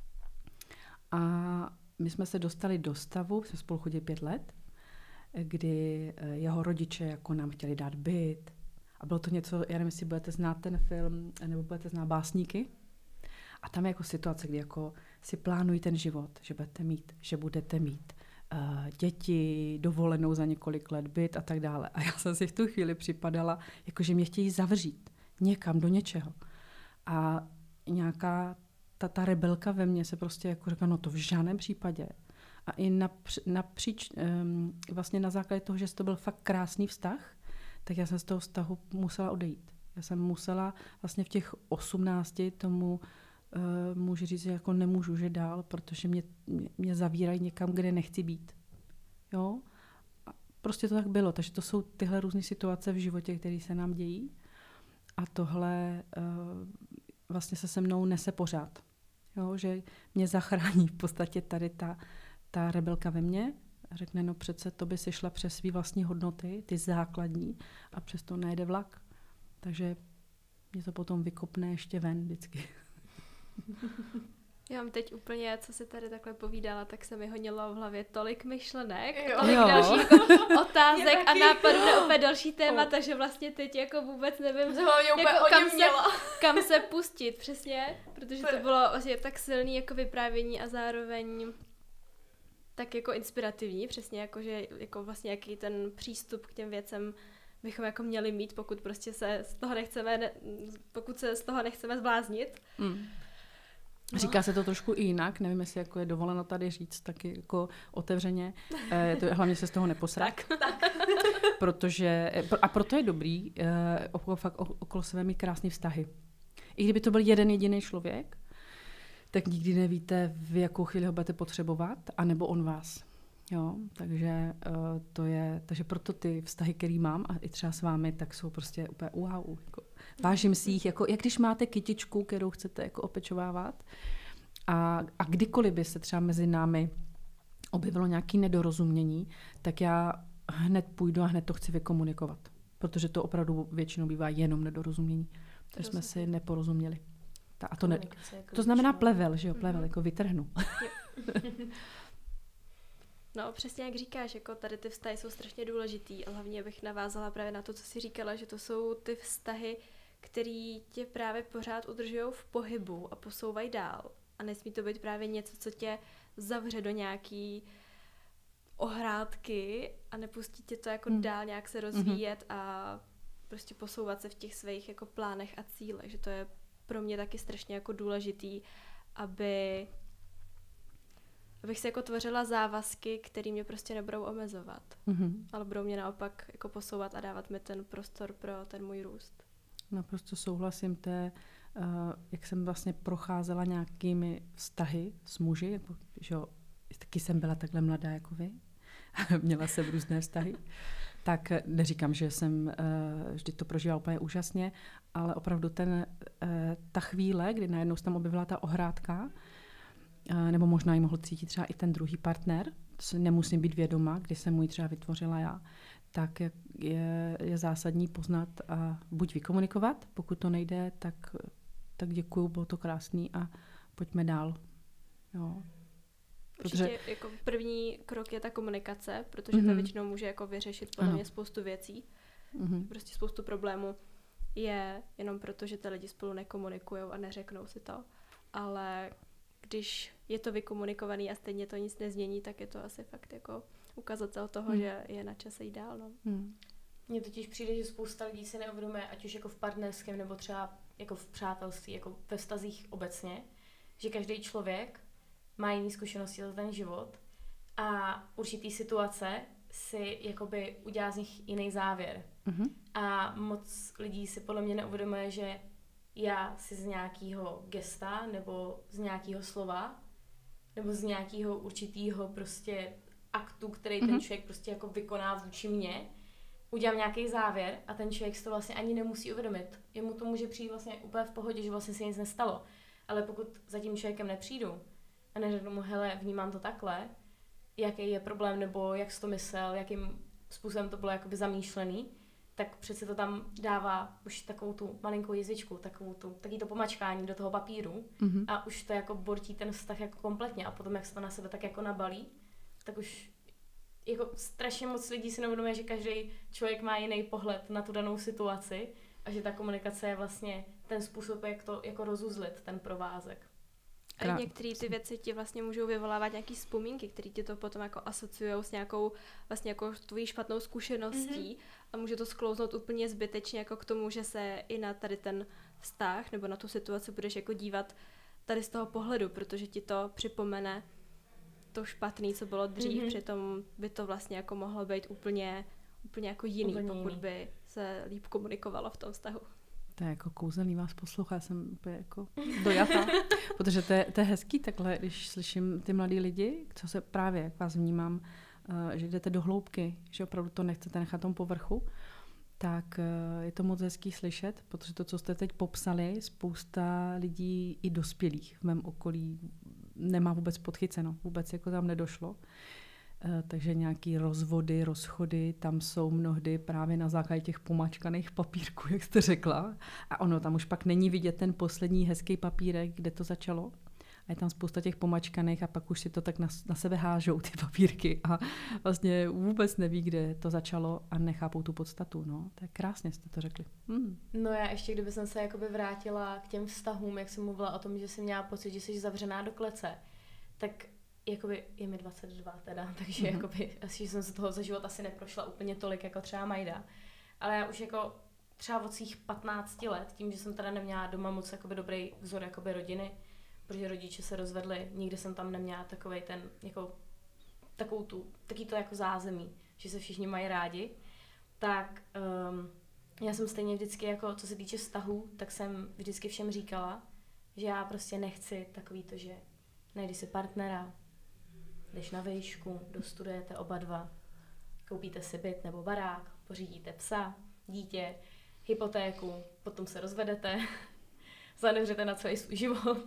A my jsme se dostali do stavu, jsme spolu chodili pět let, kdy jeho rodiče jako nám chtěli dát byt. A bylo to něco, já nevím, jestli budete znát ten film, nebo budete znát Básníky. A tam je jako situace, kdy jako si plánují ten život, že budete mít, že budete mít uh, děti, dovolenou za několik let, byt a tak dále. A já jsem si v tu chvíli připadala, jako že mě chtějí zavřít někam do něčeho. A nějaká Ta, ta rebelka ve mně se prostě jako řekla, no to v žádném případě. A i např, napříč, um, vlastně na základě toho, že to byl fakt krásný vztah, tak já jsem z toho vztahu musela odejít. Já jsem musela vlastně v těch osmnácti tomu uh, můžu říct, že jako nemůžu žít dál, protože mě, mě, mě zavírají někam, kde nechci být. Jo? A prostě to tak bylo. Takže to jsou tyhle různé situace v životě, které se nám dějí. A tohle uh, vlastně se se mnou nese pořád. Jo, že mě zachrání v podstatě tady ta, ta rebelka ve mně a řekne, no přece to by si šla přes svý vlastní hodnoty, ty základní, a přesto nejde vlak. Takže mě to potom vykopne ještě ven vždycky. Já mám teď úplně, co si tady takhle povídala, tak se mi honilo v hlavě tolik myšlenek, jo. tolik jo. dalších otázek a nápadů na úplně další témata, že vlastně teď jako vůbec nevím, jako kam, se, kam se pustit, přesně, protože to bylo vlastně tak silný jako vyprávění a zároveň tak jako inspirativní, přesně jako, že jako vlastně jaký ten přístup k těm věcem bychom jako měli mít, pokud prostě se z toho nechceme, ne, pokud se z toho nechceme zbláznit. Mm. Říká se to trošku i jinak, nevím, jestli jako je dovoleno tady říct taky jako otevřeně, e, to, hlavně se z toho neposrat. Protože, a proto je dobrý e, okolo, fakt okolo sebe mít krásný vztahy. I kdyby to byl jeden jediný člověk, tak nikdy nevíte, v jakou chvíli ho budete potřebovat, anebo on vás. Jo, takže uh, to je, takže proto ty vztahy, který mám a i třeba s vámi, tak jsou prostě úplně wow. Jako, vážím si jich, jako jak když máte kytičku, kterou chcete jako opečovávat a, a kdykoliv by se třeba mezi námi objevilo nějaké nedorozumění, tak já hned půjdu a hned to chci vykomunikovat. Protože to opravdu většinou bývá jenom nedorozumění. To jsme si neporozuměli. Ta, a to, ne, to znamená plevel, že jo, plevel, mm-hmm. jako vytrhnu. No přesně jak říkáš, jako tady ty vztahy jsou strašně důležitý a hlavně bych navázala právě na to, co jsi říkala, že to jsou ty vztahy, který tě právě pořád udržují v pohybu a posouvají dál. A nesmí to být právě něco, co tě zavře do nějaký ohrádky a nepustí tě to jako mm. dál nějak se rozvíjet mm-hmm. a prostě posouvat se v těch svých jako plánech a cílech, že to je pro mě taky strašně jako důležitý, aby abych se jako tvořila závazky, které mě prostě nebudou omezovat, mm-hmm. ale budou mě naopak jako posouvat a dávat mi ten prostor pro ten můj růst. Naprosto souhlasím, té, uh, jak jsem vlastně procházela nějakými vztahy s muži, jako, že jo, taky jsem byla takhle mladá jako vy, měla jsem různé vztahy, tak neříkám, že jsem uh, vždy to prožívala úplně úžasně, ale opravdu ten, uh, ta chvíle, kdy najednou se tam objevila ta ohrádka, uh, nebo možná ji mohl cítit třeba i ten druhý partner, nemusím být vědoma, kdy jsem mu ji třeba vytvořila já, tak je, je zásadní poznat a buď vykomunikovat, pokud to nejde, tak, tak děkuju, bylo to krásný a pojďme dál. Jo. Určitě protože jako první krok je ta komunikace, protože mm-hmm. ta většinou může jako vyřešit podle mě spoustu věcí. Mm-hmm. Prostě spoustu problémů je jenom proto, že ty lidi spolu nekomunikují a neřeknou si to. Ale když je to vykomunikovaný a stejně to nic nezmění, tak je to asi fakt jako ukazatel toho, mm. že je na čase jít dál. No. Mm. Mně totiž přijde, že spousta lidí si neuvědomuje, ať už jako v partnerském nebo třeba jako v přátelství, jako ve vztazích obecně, že každý člověk má jiný zkušenosti za ten život a určitý situace si jakoby udělá z nich jiný závěr. Mm-hmm. A moc lidí si podle mě neuvědomuje, že já si z nějakého gesta nebo z nějakého slova nebo z nějakého určitého prostě aktu, který mm-hmm. ten člověk prostě jako vykoná vůči mně, udělám nějaký závěr a ten člověk si to vlastně ani nemusí uvědomit. Jemu to může přijít vlastně úplně v pohodě, že vlastně se nic nestalo. Ale pokud za tím člověkem nepřijdu a neřeknu mu, hele, vnímám to takhle, jaký je problém, nebo jak jsi to myslel, jakým způsobem to bylo jakoby zamýšlený, tak přece to tam dává už takovou tu malinkou jizvičku, takovou tu, taky to pomačkání do toho papíru mm-hmm. a už to jako bortí ten vztah jako kompletně a potom jak se to na sebe tak jako nabalí, tak už jako strašně moc lidí si neuvědomuje, že každý člověk má jiný pohled na tu danou situaci a že ta komunikace je vlastně ten způsob, jak to jako rozuzlit, ten provázek. A některé ty věci ti vlastně můžou vyvolávat nějaký vzpomínky, které ti to potom jako asociujou s nějakou vlastně jako tvojí špatnou zkušeností mm-hmm. a může to sklouznout úplně zbytečně jako k tomu, že se i na tady ten vztah nebo na tu situaci budeš jako dívat tady z toho pohledu, protože ti to připomene to špatný, co bylo dřív, mm-hmm. přitom by to vlastně jako mohlo být úplně, úplně jako jiný, úplně pokud jiný. By se líp komunikovalo v tom vztahu. To je jako kouzelný vás poslouchá, já jsem úplně jako dojatá, protože to je, to je hezký takhle, když slyším ty mladý lidi, co se právě, jak vás vnímám, uh, že jdete do hloubky, že opravdu to nechcete nechat tom povrchu, tak uh, je to moc hezký slyšet, protože to, co jste teď popsali, spousta lidí i dospělých v mém okolí nemá vůbec podchyceno, vůbec jako tam nedošlo. Takže nějaký rozvody, rozchody, tam jsou mnohdy právě na základě těch pomačkaných papírků, jak jste řekla. A ono tam už pak není vidět ten poslední hezký papírek, kde to začalo. A je tam spousta těch pomačkaných a pak už si to tak na, na sebe hážou ty papírky a vlastně vůbec neví, kde to začalo a nechápou tu podstatu. No, to je krásně, jste to řekli. Hmm. No já ještě, kdyby jsem se jakoby vrátila k těm vztahům, jak jsem mluvila o tom, že jsem měla pocit, že jsi zavřená do klece, tak jakoby je mi dvacet dva teda, takže mm-hmm. jakoby asi jsem se toho za život asi neprošla úplně tolik jako třeba Majda. Ale já už jako třeba od svých patnácti let, tím, že jsem teda neměla doma moc jakoby dobrý vzor jakoby rodiny, protože rodiče se rozvedli, nikdy jsem tam neměla takovej ten, jako takovou tu, taký to jako zázemí, že se všichni mají rádi, tak um, já jsem stejně vždycky jako, co se týče vztahů, tak jsem vždycky všem říkala, že já prostě nechci takový to, že najdi si partnera, jdeš na vejšku, dostudujete oba dva, koupíte si byt nebo barák, pořídíte psa, dítě, hypotéku, potom se rozvedete, zanevřete na celý svůj život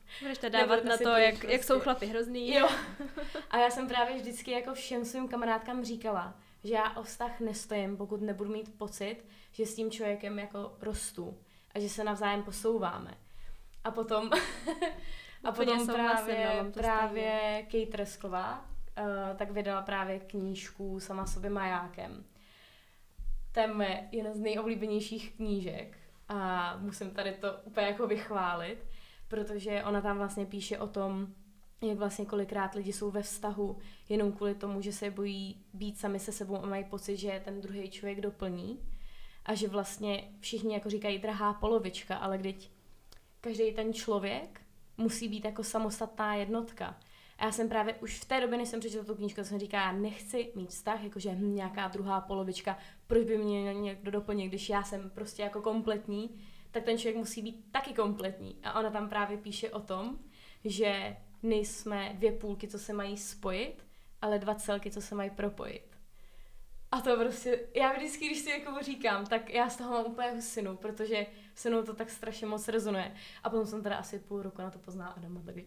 Budeš to dávat na to, jak, prostě. jak jsou chlapi hrozný. Jo. A já jsem právě vždycky jako všem svým kamarádkám říkala, že já o vztah nestojím, pokud nebudu mít pocit, že s tím člověkem jako rostu a že se navzájem posouváme. A potom, a potom právě, no, právě Kate Resková uh, tak vydala právě knížku Sama sobě majákem. To je jedna z nejoblíbenějších knížek a musím tady to úplně jako vychválit, protože ona tam vlastně píše o tom, jak vlastně kolikrát lidi jsou ve vztahu jenom kvůli tomu, že se bojí být sami se sebou a mají pocit, že ten druhý člověk doplní a že vlastně všichni jako říkají drahá polovička, ale když každý ten člověk musí být jako samostatná jednotka. A já jsem právě už v té době, než jsem přečetla tu knížku, jsem říkala, já nechci mít vztah, jakože hm, nějaká druhá polovička, proč by mě někdo doplnil, když já jsem prostě jako kompletní, tak ten člověk musí být taky kompletní. A ona tam právě píše o tom, že nejsme dvě půlky, co se mají spojit, ale dva celky, co se mají propojit. A to prostě, já vždycky, když si jako říkám, tak já z toho mám úplně husinu, protože se mnou to tak strašně moc rezonuje. A potom jsem teda asi půl roku na to poznala Adama, takže...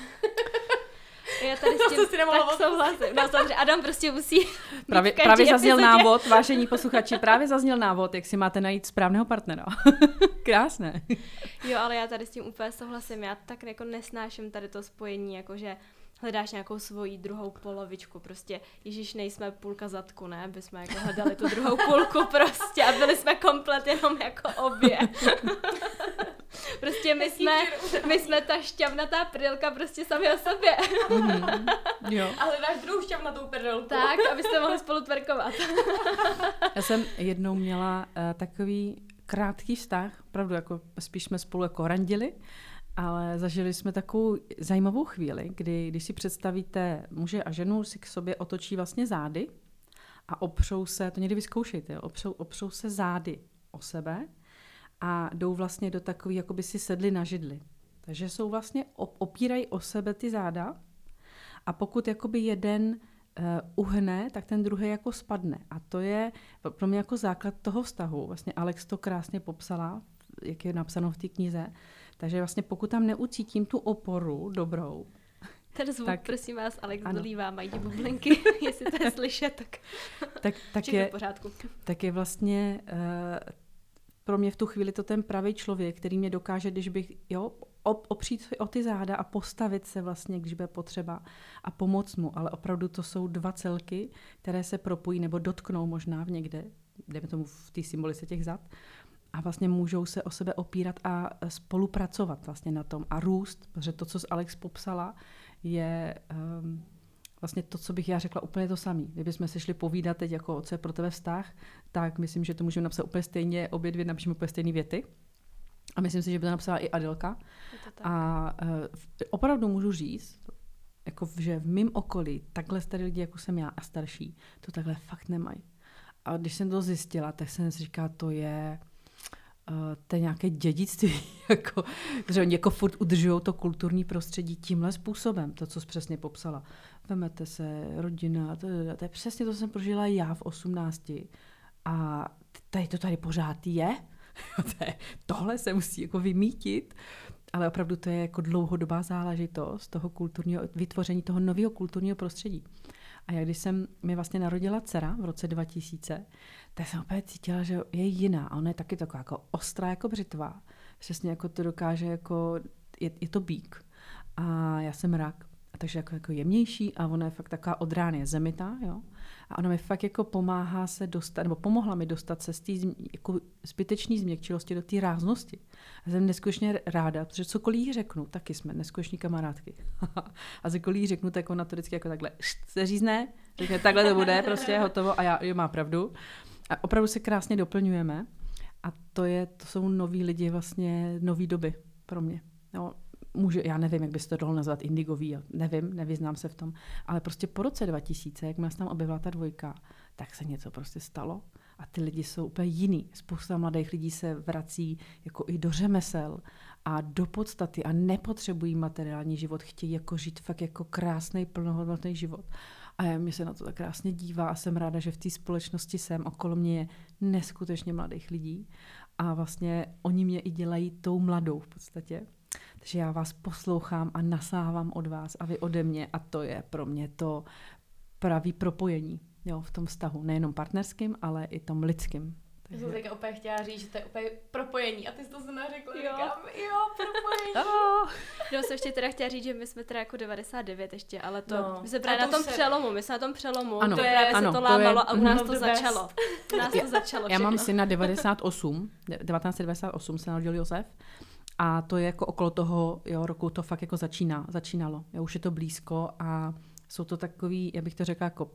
Já tady s tím tak souhlasím. No samozřejmě, Adam prostě musí... Právě, právě zazněl návod, vážení posluchači, právě zazněl návod, jak si máte najít správného partnera. Krásné. Jo, ale já tady s tím úplně souhlasím. Já tak jako nesnáším tady to spojení, jakože hledáš nějakou svoji druhou polovičku, prostě Ježíš, nejsme půlka zadku, ne? Aby jsme jako hledali tu druhou půlku prostě a byli jsme komplet jenom jako obě. Prostě my jsme, my jsme ta šťavnatá prdylka prostě sami o sobě. Mm-hmm. Jo. A hledáš druhou šťavnatou prdylku. Tak, abyste mohli spolu twerkovat. Já jsem jednou měla uh, takový krátký vztah, opravdu jako spíš jsme spolu jako randili, ale zažili jsme takovou zajímavou chvíli, kdy když si představíte muže a ženu, si k sobě otočí vlastně zády a opřou se, to někdy vyzkoušejte, jo, opřou, opřou se zády o sebe a jdou vlastně do takový, jako by si sedli na židli. Takže jsou vlastně, opírají o sebe ty záda a pokud jakoby jeden uh, uhne, tak ten druhý jako spadne. A to je pro mě jako základ toho vztahu. Vlastně Alex to krásně popsala, jak je napsáno v té knize. Takže vlastně pokud tam neucítím tu oporu dobrou, ten zvuk, tak, prosím vás, Alex ano. dolívá, mají ti bublinky, jestli to je slyšet, tak, tak, tak, je, v pořádku. tak je vlastně uh, pro mě v tu chvíli to ten pravý člověk, který mě dokáže, když bych jo, opřít o ty záda a postavit se vlastně, když bude potřeba a pomoct mu. Ale opravdu to jsou dva celky, které se propojí nebo dotknou možná v někde, jdeme tomu v té symbolice těch zad, a vlastně můžou se o sebe opírat a spolupracovat vlastně na tom a růst, protože to, co Alex popsala, je um, vlastně to, co bych já řekla úplně to samé. Kdybychom se šli povídat teď, jako co je pro tebe vztah, tak myslím, že to můžeme napsat úplně stejně, obě dvě napíšeme úplně stejné věty. A myslím si, že by to napsala i Adelka. A uh, opravdu můžu říct, jako, že v mém okolí takhle starý lidi, jako jsem já a starší, to takhle fakt nemají. A když jsem to zjistila, tak jsem si říkala, to je... Uh, to je nějaké dědictví, jako, že oni jako furt udržují to kulturní prostředí tímhle způsobem, to, co jsi přesně popsala. Vemete se, rodina, to, to je přesně to, co jsem prožila já v osmnácti. A tady to tady pořád je. Tohle se musí jako vymítit, ale opravdu to je jako dlouhodobá záležitost toho kulturního, vytvoření toho nového kulturního prostředí. A jak když jsem mi vlastně narodila dcera v roce dva tisíce, tak jsem opět cítila, že je jiná. A ona je taky taková jako ostrá jako břitva. Přesně jako to dokáže, jako je, je to bík. A já jsem rak. A takže jako, jako jemnější a ona je fakt taková od rány je zemitá, jo. A ona mi fakt jako pomáhá se dostat, nebo pomohla mi dostat se z té jako zbytečné změkčilosti do té ráznosti. A jsem neskutečně ráda, protože cokoliv jí řeknu, taky jsme neskuteční kamarádky. A cokoliv jí řeknu, tak ona to vždycky jako takhle se řízne, řekne, takhle to bude, prostě hotovo a já, jo, má pravdu. A opravdu se krásně doplňujeme a to, je, to jsou noví lidi, vlastně nový doby pro mě. Jo. Může, já nevím, jak by se to dalo nazvat indigový, nevím, nevyznám se v tom, ale prostě po roce dva tisíce, jak se tam objevila ta dvojka, tak se něco prostě stalo a ty lidi jsou úplně jiný. Spousta mladých lidí se vrací jako i do řemesel a do podstaty a nepotřebují materiální život, chtějí jako žít fakt jako krásný, plnohodnotný život. A já mi se na to tak krásně dívá a jsem ráda, že v té společnosti jsem, okolo mě je neskutečně mladých lidí a vlastně oni mě i dělají tou mladou v podstatě. že já vás poslouchám a nasávám od vás a vy ode mě a to je pro mě to pravý propojení, jo, v tom vztahu. Nejenom partnerským, ale i tom lidským. Já jsem teďka úplně chtěla říct, že to je úplně propojení a ty jsi to zrovna řekla, jo. Říkám, jo, propojení. Oh. No, jsem ještě teda chtěla říct, že my jsme teda jako devadesát devět ještě, ale to, no. my jsme právě na tom se... přelomu, my jsme na tom přelomu, ano, to je, právě ano, se to lámalo to a u nás to začalo. U nás to začalo Já všechno. mám syna devadesát osm, devatenáct set devadesát osm se narodil Josef a to je jako okolo toho jo, roku to fakt jako začíná, začínalo. Jo, už je to blízko a jsou to takový, já bych to řekla jako,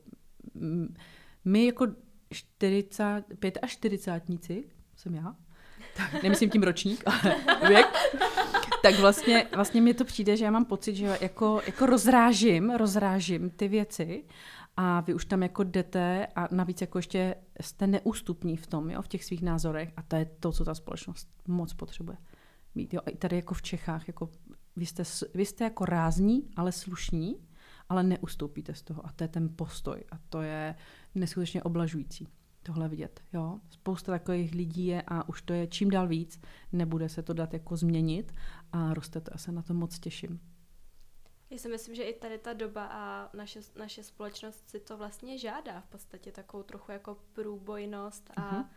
my jako čtyřicet, pět až čtyřicátníci, jsem já, tak nemyslím tím ročník, ale věk, tak vlastně, vlastně mi to přijde, že já mám pocit, že jako, jako rozrážím, rozrážím ty věci a vy už tam jako jdete a navíc jako ještě jste neústupní v tom, jo, v těch svých názorech a to je to, co ta společnost moc potřebuje. Mít, jo, i tady jako v Čechách, jako vy jste, vy jste jako rázní, ale slušní, ale neustoupíte z toho a to je ten postoj a to je neskutečně oblažující tohle vidět. Jo? Spousta takových lidí je a už to je čím dál víc, nebude se to dát jako změnit a roste to, já se na to moc těším. Já si myslím, že i tady ta doba a naše, naše společnost si to vlastně žádá v podstatě takovou trochu jako průbojnost a uh-huh.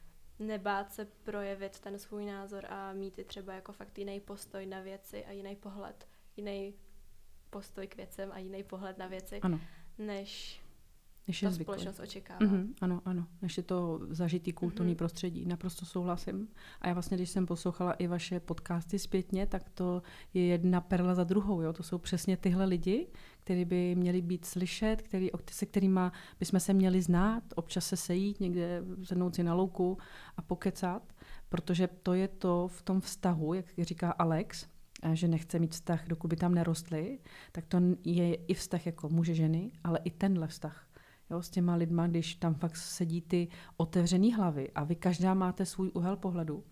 nebát se projevit ten svůj názor a mít i třeba jako fakt jiný postoj na věci a jiný pohled, jiný postoj k věcem a jiný pohled na věci, ano. než než ta zvyklý. Společnost očekává. Mm-hmm, ano, ano, než je to zažitý kulturní mm-hmm. prostředí. Naprosto souhlasím. A já vlastně, když jsem poslouchala i vaše podcasty zpětně, tak to je jedna perla za druhou. Jo? To jsou přesně tyhle lidi, kteří by měli být slyšet, který, se kterými bychom se měli znát, občas se sejít, někde sednout si na louku a pokecat, protože to je to v tom vztahu, jak říká Alex, že nechce mít vztah, dokud by tam nerostli, tak to je i vztah jako muže ženy, ale i tenhle vztah. Jo, s těma lidma, když tam fakt sedí ty otevřený hlavy a vy každá máte svůj úhel pohledu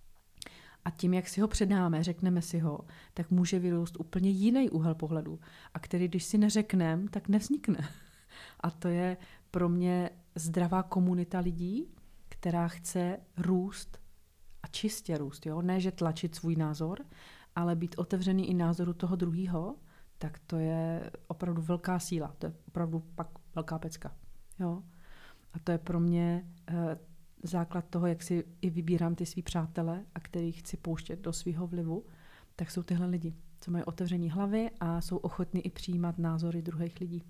a tím, jak si ho předáme, řekneme si ho, tak může vyrůst úplně jiný úhel pohledu a který, když si neřekneme, tak nevznikne. A to je pro mě zdravá komunita lidí, která chce růst a čistě růst. Jo? Ne, že tlačit svůj názor, ale být otevřený i názoru toho druhého, tak to je opravdu velká síla. To je opravdu pak velká pecka. Jo? A to je pro mě e, základ toho, jak si i vybírám ty svý přátele a který chci pouštět do svého vlivu, tak jsou tyhle lidi, co mají otevřený hlavy a jsou ochotní i přijímat názory druhých lidí.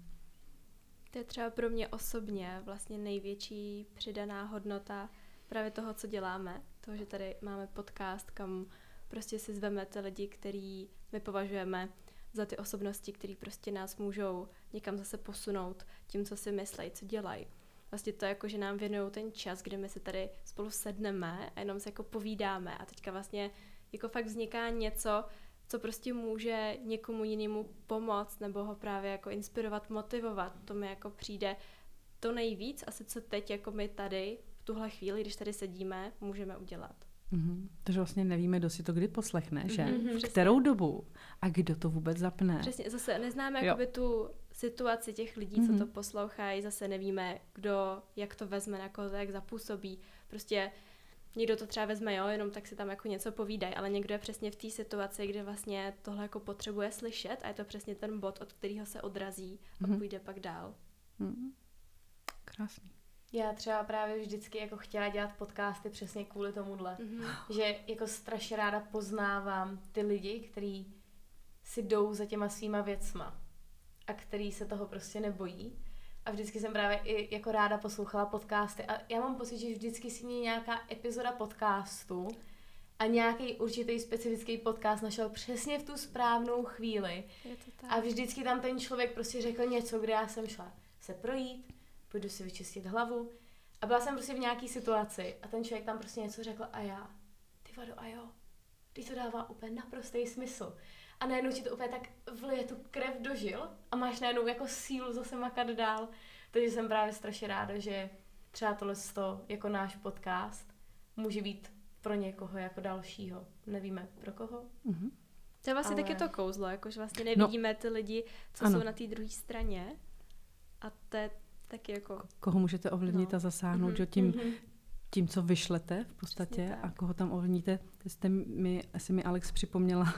To je třeba pro mě osobně vlastně největší přidaná hodnota právě toho, co děláme. Toho, že tady máme podcast, kam prostě si zveme ty lidi, který my považujeme za ty osobnosti, které prostě nás můžou někam zase posunout tím, co si myslejí, co dělají. Vlastně to jako, že nám věnují ten čas, kdy my se tady spolu sedneme a jenom se jako povídáme a teďka vlastně jako fakt vzniká něco, co prostě může někomu jinému pomoct nebo ho právě jako inspirovat, motivovat. To mi jako přijde to nejvíc asi, co teď jako my tady v tuhle chvíli, když tady sedíme, můžeme udělat. Mm-hmm. Takže vlastně nevíme, kdo si to kdy poslechne, že? Mm-hmm, v kterou dobu a kdo to vůbec zapne. Přesně, zase neznáme jakoby tu situaci těch lidí, mm-hmm. co to poslouchají, zase nevíme, kdo, jak to vezme, na koho to jak zapůsobí. Prostě někdo to třeba vezme, jo, jenom tak si tam jako něco povídají, ale někdo je přesně v té situaci, kde vlastně tohle jako potřebuje slyšet a je to přesně ten bod, od kterého se odrazí a mm-hmm. půjde pak dál. Mm-hmm. Krásný. Já třeba právě vždycky jako chtěla dělat podcasty přesně kvůli tomuhle. Mm-hmm. Že jako strašně ráda poznávám ty lidi, kteří si jdou za těma svýma věcma a který se toho prostě nebojí. A vždycky jsem právě i jako ráda poslouchala podcasty a já mám pocit, že vždycky si mě nějaká epizoda podcastu a nějaký určitý specifický podcast našel přesně v tu správnou chvíli. Je to tak. A vždycky tam ten člověk prostě řekl něco, kde já jsem šla se projít, půjdu si vyčistit hlavu a byla jsem prostě v nějaký situaci a ten člověk tam prostě něco řekl a já, ty vado, a jo, teď to dává úplně naprostý smysl. A najednou ti to úplně tak vlije tu krev do žil a máš najednou jako sílu zase makat dál. Takže jsem právě strašně ráda, že třeba tohle jako náš podcast může být pro někoho jako dalšího. Nevíme pro koho. Mm-hmm. To je vlastně ale... taky to kouzlo, jakože vlastně nevidíme no, ty lidi, co ano. jsou na té druhé straně a to je taky jako... Koho můžete ovlivnit no. a zasáhnout, mm-hmm. že tím... Mm-hmm. tím, co vyšlete v podstatě a koho tam ovlivníte. Jste mi, asi mi Alex připomněla,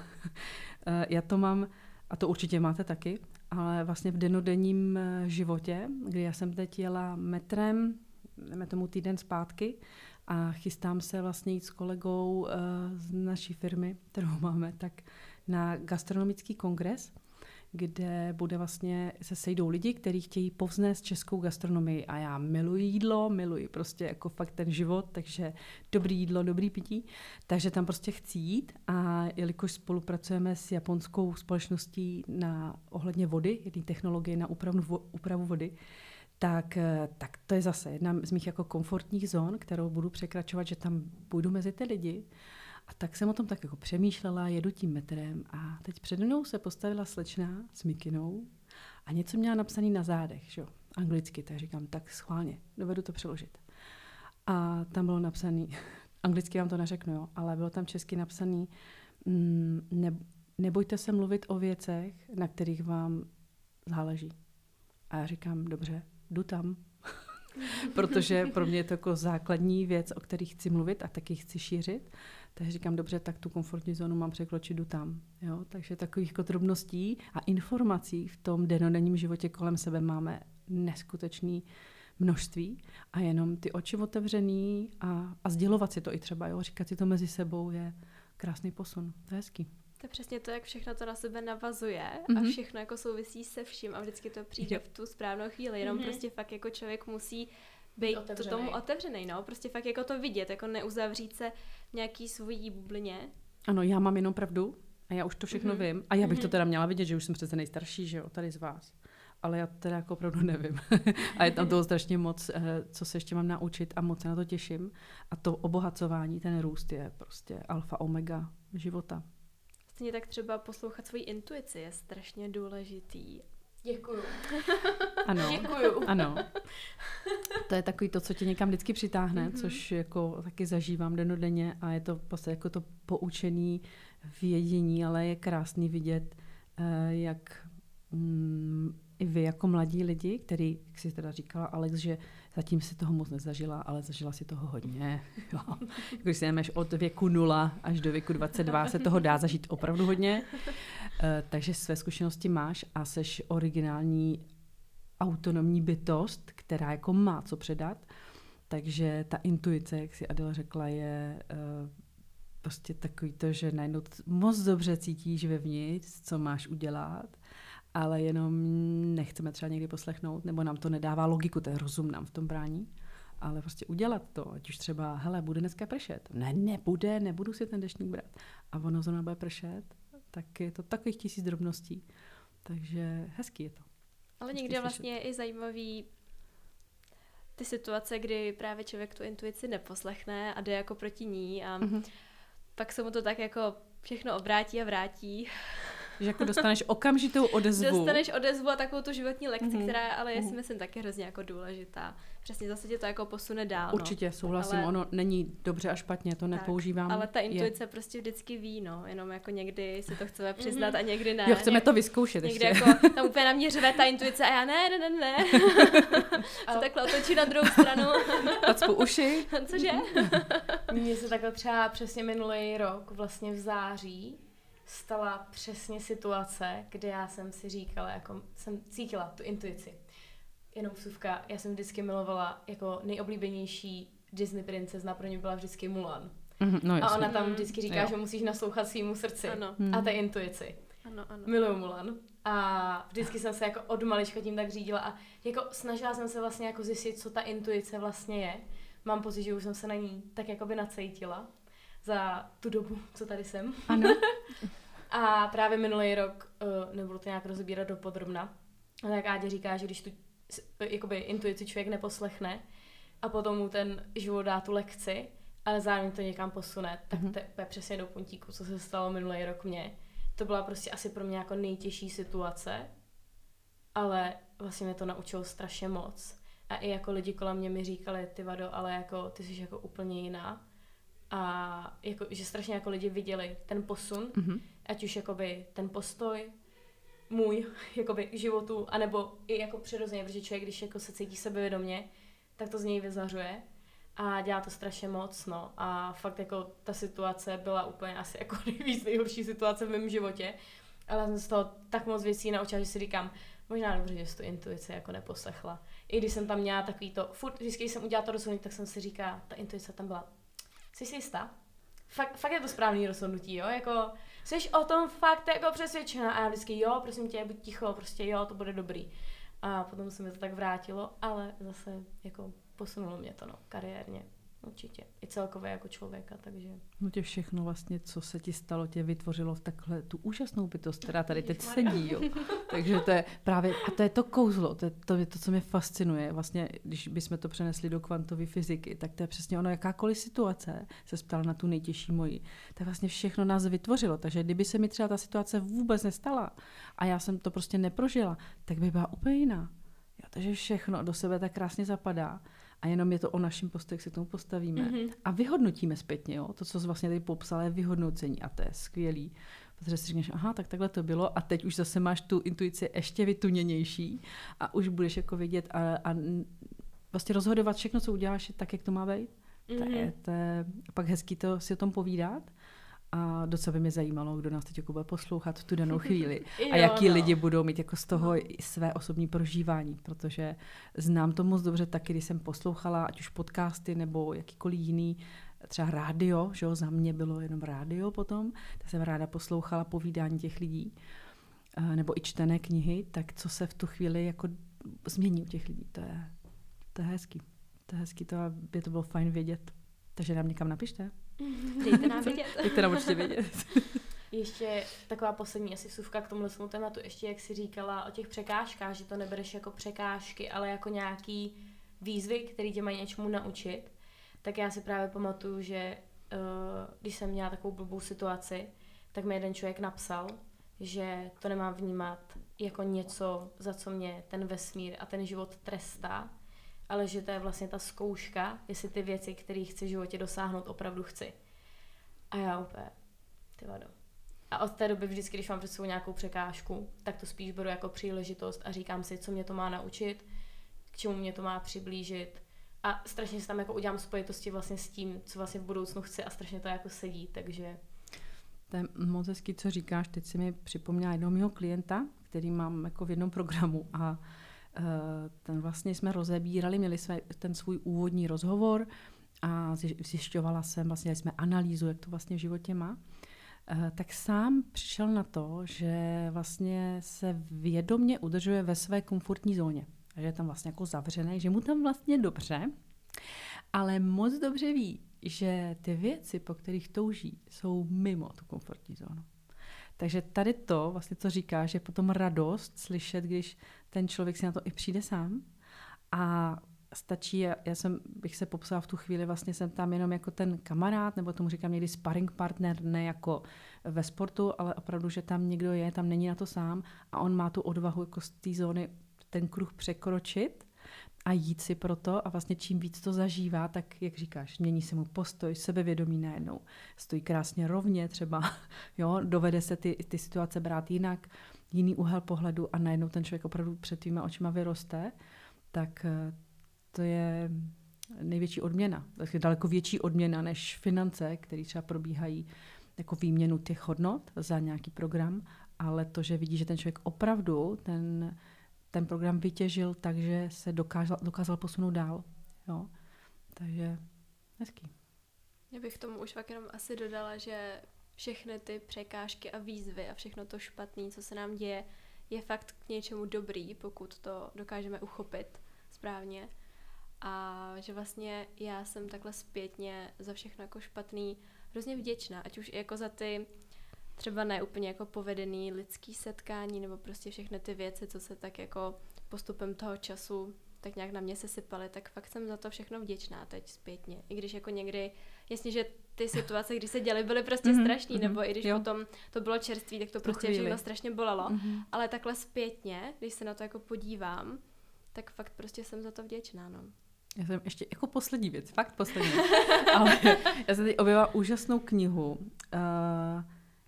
já to mám, a to určitě máte taky, ale vlastně v dennodenním životě, kdy já jsem teď jela metrem, jdeme tomu týden zpátky a chystám se vlastně jít s kolegou z naší firmy, kterou máme, tak na gastronomický kongres, kde bude vlastně, se sejdou lidi, kteří chtějí povznést českou gastronomii a já miluji jídlo, miluji prostě jako fakt ten život, takže dobrý jídlo, dobrý pití, takže tam prostě chci jít a jelikož spolupracujeme s japonskou společností na ohledně vody, jedné technologie na úpravu, úpravu vody, tak, tak to je zase jedna z mých jako komfortních zón, kterou budu překračovat, že tam půjdu mezi ty lidi. A tak jsem o tom tak jako přemýšlela, jedu tím metrem a teď přede mnou se postavila slečna s mikinou a něco měla napsaný na zádech, že jo, anglicky, tak říkám, tak schválně, dovedu to přeložit. A tam bylo napsaný, anglicky vám to neřeknu, jo, ale bylo tam česky napsaný, mm, ne, nebojte se mluvit o věcech, na kterých vám záleží. A já říkám, dobře, jdu tam. Protože pro mě je to jako základní věc, o kterých chci mluvit a taky chci šířit. Takže říkám, dobře, tak tu komfortní zónu mám překročit, jdu tam. Jo? Takže takových jako drobností a informací v tom dennodenním životě kolem sebe máme neskutečný množství a jenom ty oči otevřený a, a sdělovat si to i třeba, jo? Říkat si to mezi sebou je krásný posun. To je hezký. To je přesně to, jak všechno to na sebe navazuje mm-hmm. a všechno jako souvisí se vším a vždycky to přijde v tu správnou chvíli. Jenom mm-hmm. prostě fakt jako člověk musí být to tomu otevřený, no. Prostě fakt jako to vidět, jako neuzavřít se v nějaký svojí bublině. Ano, já mám jenom pravdu a já už to všechno mm-hmm. vím. A já bych mm-hmm. to teda měla vidět, že už jsem přece nejstarší, že jo, tady z vás. Ale já teda jako opravdu nevím. A je tam toho strašně moc, co se ještě mám naučit a moc se na to těším. A to obohacování, ten růst je prostě alfa omega života. Stejně tak třeba poslouchat svoji intuici je strašně důležitý. Děkuju. Ano, Děkuju. Ano. To je takový to, co tě někam vždycky přitáhne, mm-hmm. což jako taky zažívám dennodenně a je to prostě jako to poučený vědění, ale je krásný vidět, jak mm, i vy jako mladí lidi, který, jak jsi teda říkala Alex, že zatím si toho moc nezažila, ale zažila si toho hodně. Jo. Když si jdeš od věku nula až do věku dvacet dva, se toho dá zažít opravdu hodně. E, takže své zkušenosti máš a seš originální autonomní bytost, která jako má co předat. Takže ta intuice, jak si Adela řekla, je e, prostě takový to, že najednou moc dobře cítíš vevnitř, co máš udělat, ale jenom nechceme třeba někdy poslechnout, nebo nám to nedává logiku, ten rozum nám v tom brání, ale prostě udělat to, ať už třeba, hele, bude dneska pršet. Ne, nebude, nebudu si ten deštník brát. A ono zrovna bude pršet, tak je to takových tisíc drobností. Takže hezký je to. Ale někdy vlastně je i zajímavý ty situace, kdy právě člověk tu intuici neposlechne a jde jako proti ní a mm-hmm. pak se mu to tak jako všechno obrátí a vrátí. Že jako dostaneš okamžitou odezvu. Dostaneš odezvu a takovou tu životní lekci, mm-hmm. která ale je si myslím taky hrozně jako důležitá. Přesně zase tě to jako posune dál. Určitě, no. souhlasím, ale... ono není dobře a špatně, to tak, nepoužívám. Ale ta intuice je... prostě vždycky ví, no, jenom jako někdy si to chceme přiznat mm-hmm. a někdy ne. Jo, chceme Něk... to vyzkoušet někdy ještě. jako tam úplně na mě řve ta intuice a já ne, ne, ne, ne. Se takhle otočí na druhou stranu. Pacpu uši. Cože? Mně se takhle třeba přesně minulý rok, vlastně v září, stala přesně situace, kdy já jsem si říkala, jako jsem cítila tu intuici. Jenom vsuvka, já jsem vždycky milovala jako nejoblíbenější Disney princezna, pro mě byla vždycky Mulan. Mm, no a ona tam vždycky říká, jo. že musíš naslouchat svýmu srdci ano. a té intuici. Ano, ano. Miluju Mulan. A vždycky jsem se jako od malička tím tak řídila a jako snažila jsem se vlastně jako zjistit, co ta intuice vlastně je. Mám pocit, že už jsem se na ní tak jakoby nacítila za tu dobu, co tady jsem. Ano. A právě minulý rok, uh, nebudu to nějak rozbírat dopodrobna, tak Ádě říká, že když tu jakoby, intuici člověk neposlechne a potom mu ten život dá tu lekci, ale zároveň to někam posune, tak mm-hmm. to je přesně do puntíku, co se stalo minulý rok mně. To byla prostě asi pro mě jako nejtěžší situace, ale vlastně mě to naučilo strašně moc. A i jako lidi kolem mě mi říkali, ty Vado, ale jako ty jsi jako úplně jiná. A jako, že strašně jako lidi viděli ten posun, mm-hmm. ať už jakoby ten postoj můj jakoby k životu, anebo i jako přirozeně, protože člověk, když jako se cítí sebevědomě, tak to z něj vyzařuje. a dělá to strašně moc, no. A fakt jako ta situace byla úplně asi jako nejvíc nejhorší situace v mém životě. Ale jsem z toho tak moc věcí naučila, že si říkám, možná dobře, že jsi tu intuici jako neposlechla. I když jsem tam měla takový to, furt, vždycky, když jsem udělala to rozhodnutí, tak jsem si říkala, ta intuice tam byla, jsi si jistá? Fakt, fakt je to správný rozhodnutí, jo, jako jsi o tom fakt jako přesvědčená a já vždycky jo, prosím tě, buď ticho, prostě jo, to bude dobrý. A potom se mi to tak vrátilo, ale zase jako posunulo mě to, no, kariérně. Určitě. I celkově jako člověka, takže... No tě všechno vlastně, co se ti stalo, tě vytvořilo v takhle tu úžasnou bytost, která tady teď sedí, jo. Takže to je právě, a to je to kouzlo, to je to, je to, co mě fascinuje. Vlastně, když bychom to přenesli do kvantové fyziky, tak to je přesně ono, jakákoliv situace, se ptala na tu nejtěžší moji, tak vlastně všechno nás vytvořilo. Takže kdyby se mi třeba ta situace vůbec nestala a já jsem to prostě neprožila, tak by byla úplně jiná. Jo, takže všechno do sebe tak krásně zapadá. A jenom je to o našem postoji, jak se k tomu postavíme. Mm-hmm. A vyhodnotíme zpětně, jo. To, co jsi vlastně tady popsala, je vyhodnocení. A to je skvělý. Protože si říkáš, aha, tak takhle to bylo. A teď už zase máš tu intuici ještě vytuněnější. A už budeš jako vidět a, a vlastně rozhodovat všechno, co uděláš, tak, jak to má být. Mm-hmm. To je, to je pak hezký to si o tom povídat. A docela by mě zajímalo, kdo nás teď jako bude poslouchat v tu danou chvíli. A jaký no. lidi budou mít jako z toho no. své osobní prožívání. Protože znám to moc dobře taky, když jsem poslouchala, ať už podcasty nebo jakýkoliv jiný, třeba rádio, že jo, za mě bylo jenom rádio potom, tak jsem ráda poslouchala povídání těch lidí, nebo i čtené knihy, tak co se v tu chvíli jako změní u těch lidí. To je, to je hezký. To je hezký, to by to bylo fajn vědět. Takže nám někam napište. Dejte nám vědět. Dejte nám určitě vědět. Ještě taková poslední asi vsuvka k tomuhle svému tématu, ještě jak jsi říkala o těch překážkách, že to nebereš jako překážky, ale jako nějaký výzvy, které tě mají něčemu naučit, tak já si právě pamatuju, že uh, když jsem měla takovou blbou situaci, tak mi jeden člověk napsal, že to nemám vnímat jako něco, za co mě ten vesmír a ten život trestá, ale že to je vlastně ta zkouška, jestli ty věci, které chci v životě dosáhnout, opravdu chci. A já úplně, ty vado. A od té doby vždycky, když mám před sebou nějakou překážku, tak to spíš beru jako příležitost a říkám si, co mě to má naučit, k čemu mě to má přiblížit. A strašně si tam jako udělám spojitosti vlastně s tím, co vlastně v budoucnu chci a strašně to jako sedí, takže... To je moc hezký, co říkáš. Teď si mi připomněla jednoho mého klienta, který mám jako v jednom programu a ten vlastně jsme rozebírali, měli jsme ten svůj úvodní rozhovor a zjišťovala jsem, vlastně jsme analýzu, jak to vlastně v životě má, tak sám přišel na to, že vlastně se vědomě udržuje ve své komfortní zóně. Že je tam vlastně jako zavřený, že mu tam vlastně dobře, ale moc dobře ví, že ty věci, po kterých touží, jsou mimo tu komfortní zónu. Takže tady to, vlastně co říkáš, je potom radost slyšet, když ten člověk si na to i přijde sám a stačí, já jsem, bych se popsala v tu chvíli, vlastně jsem tam jenom jako ten kamarád, nebo tomu říkám někdy sparring partner, ne jako ve sportu, ale opravdu, že tam někdo je, tam není na to sám a on má tu odvahu jako z té zóny ten kruh překročit a jít si pro to a vlastně čím víc to zažívá, tak jak říkáš, mění se mu postoj, sebevědomí najednou, stojí krásně rovně třeba, jo, dovede se ty, ty situace brát jinak, jiný úhel pohledu a najednou ten člověk opravdu před tvýma očima vyroste, tak to je největší odměna. Takže daleko větší odměna než finance, které třeba probíhají jako výměnu těch hodnot za nějaký program, ale to, že vidí, že ten člověk opravdu ten, ten program vytěžil, takže se dokázal, dokázal posunout dál. Jo? Takže hezký. Já bych tomu už fakt jenom asi dodala, že všechny ty překážky a výzvy a všechno to špatné, co se nám děje, je fakt k něčemu dobrý, pokud to dokážeme uchopit správně. A že vlastně já jsem takhle zpětně za všechno jako špatný hrozně vděčná, ať už i jako za ty třeba ne úplně jako povedený lidský setkání nebo prostě všechny ty věci, co se tak jako postupem toho času tak nějak na mě se sypaly, tak fakt jsem za to všechno vděčná teď zpětně. I když jako někdy, jasně, že ty situace, když se děly, byly prostě mm-hmm, strašný, mm-hmm, nebo i když jo. potom to bylo čerství, tak to prostě všechno strašně bolelo. Mm-hmm. Ale takhle zpětně, když se na to jako podívám, tak fakt prostě jsem za to vděčná, no. Já jsem ještě jako poslední věc, fakt poslední věc. Ale já jsem teď objevila úžasnou knihu, uh,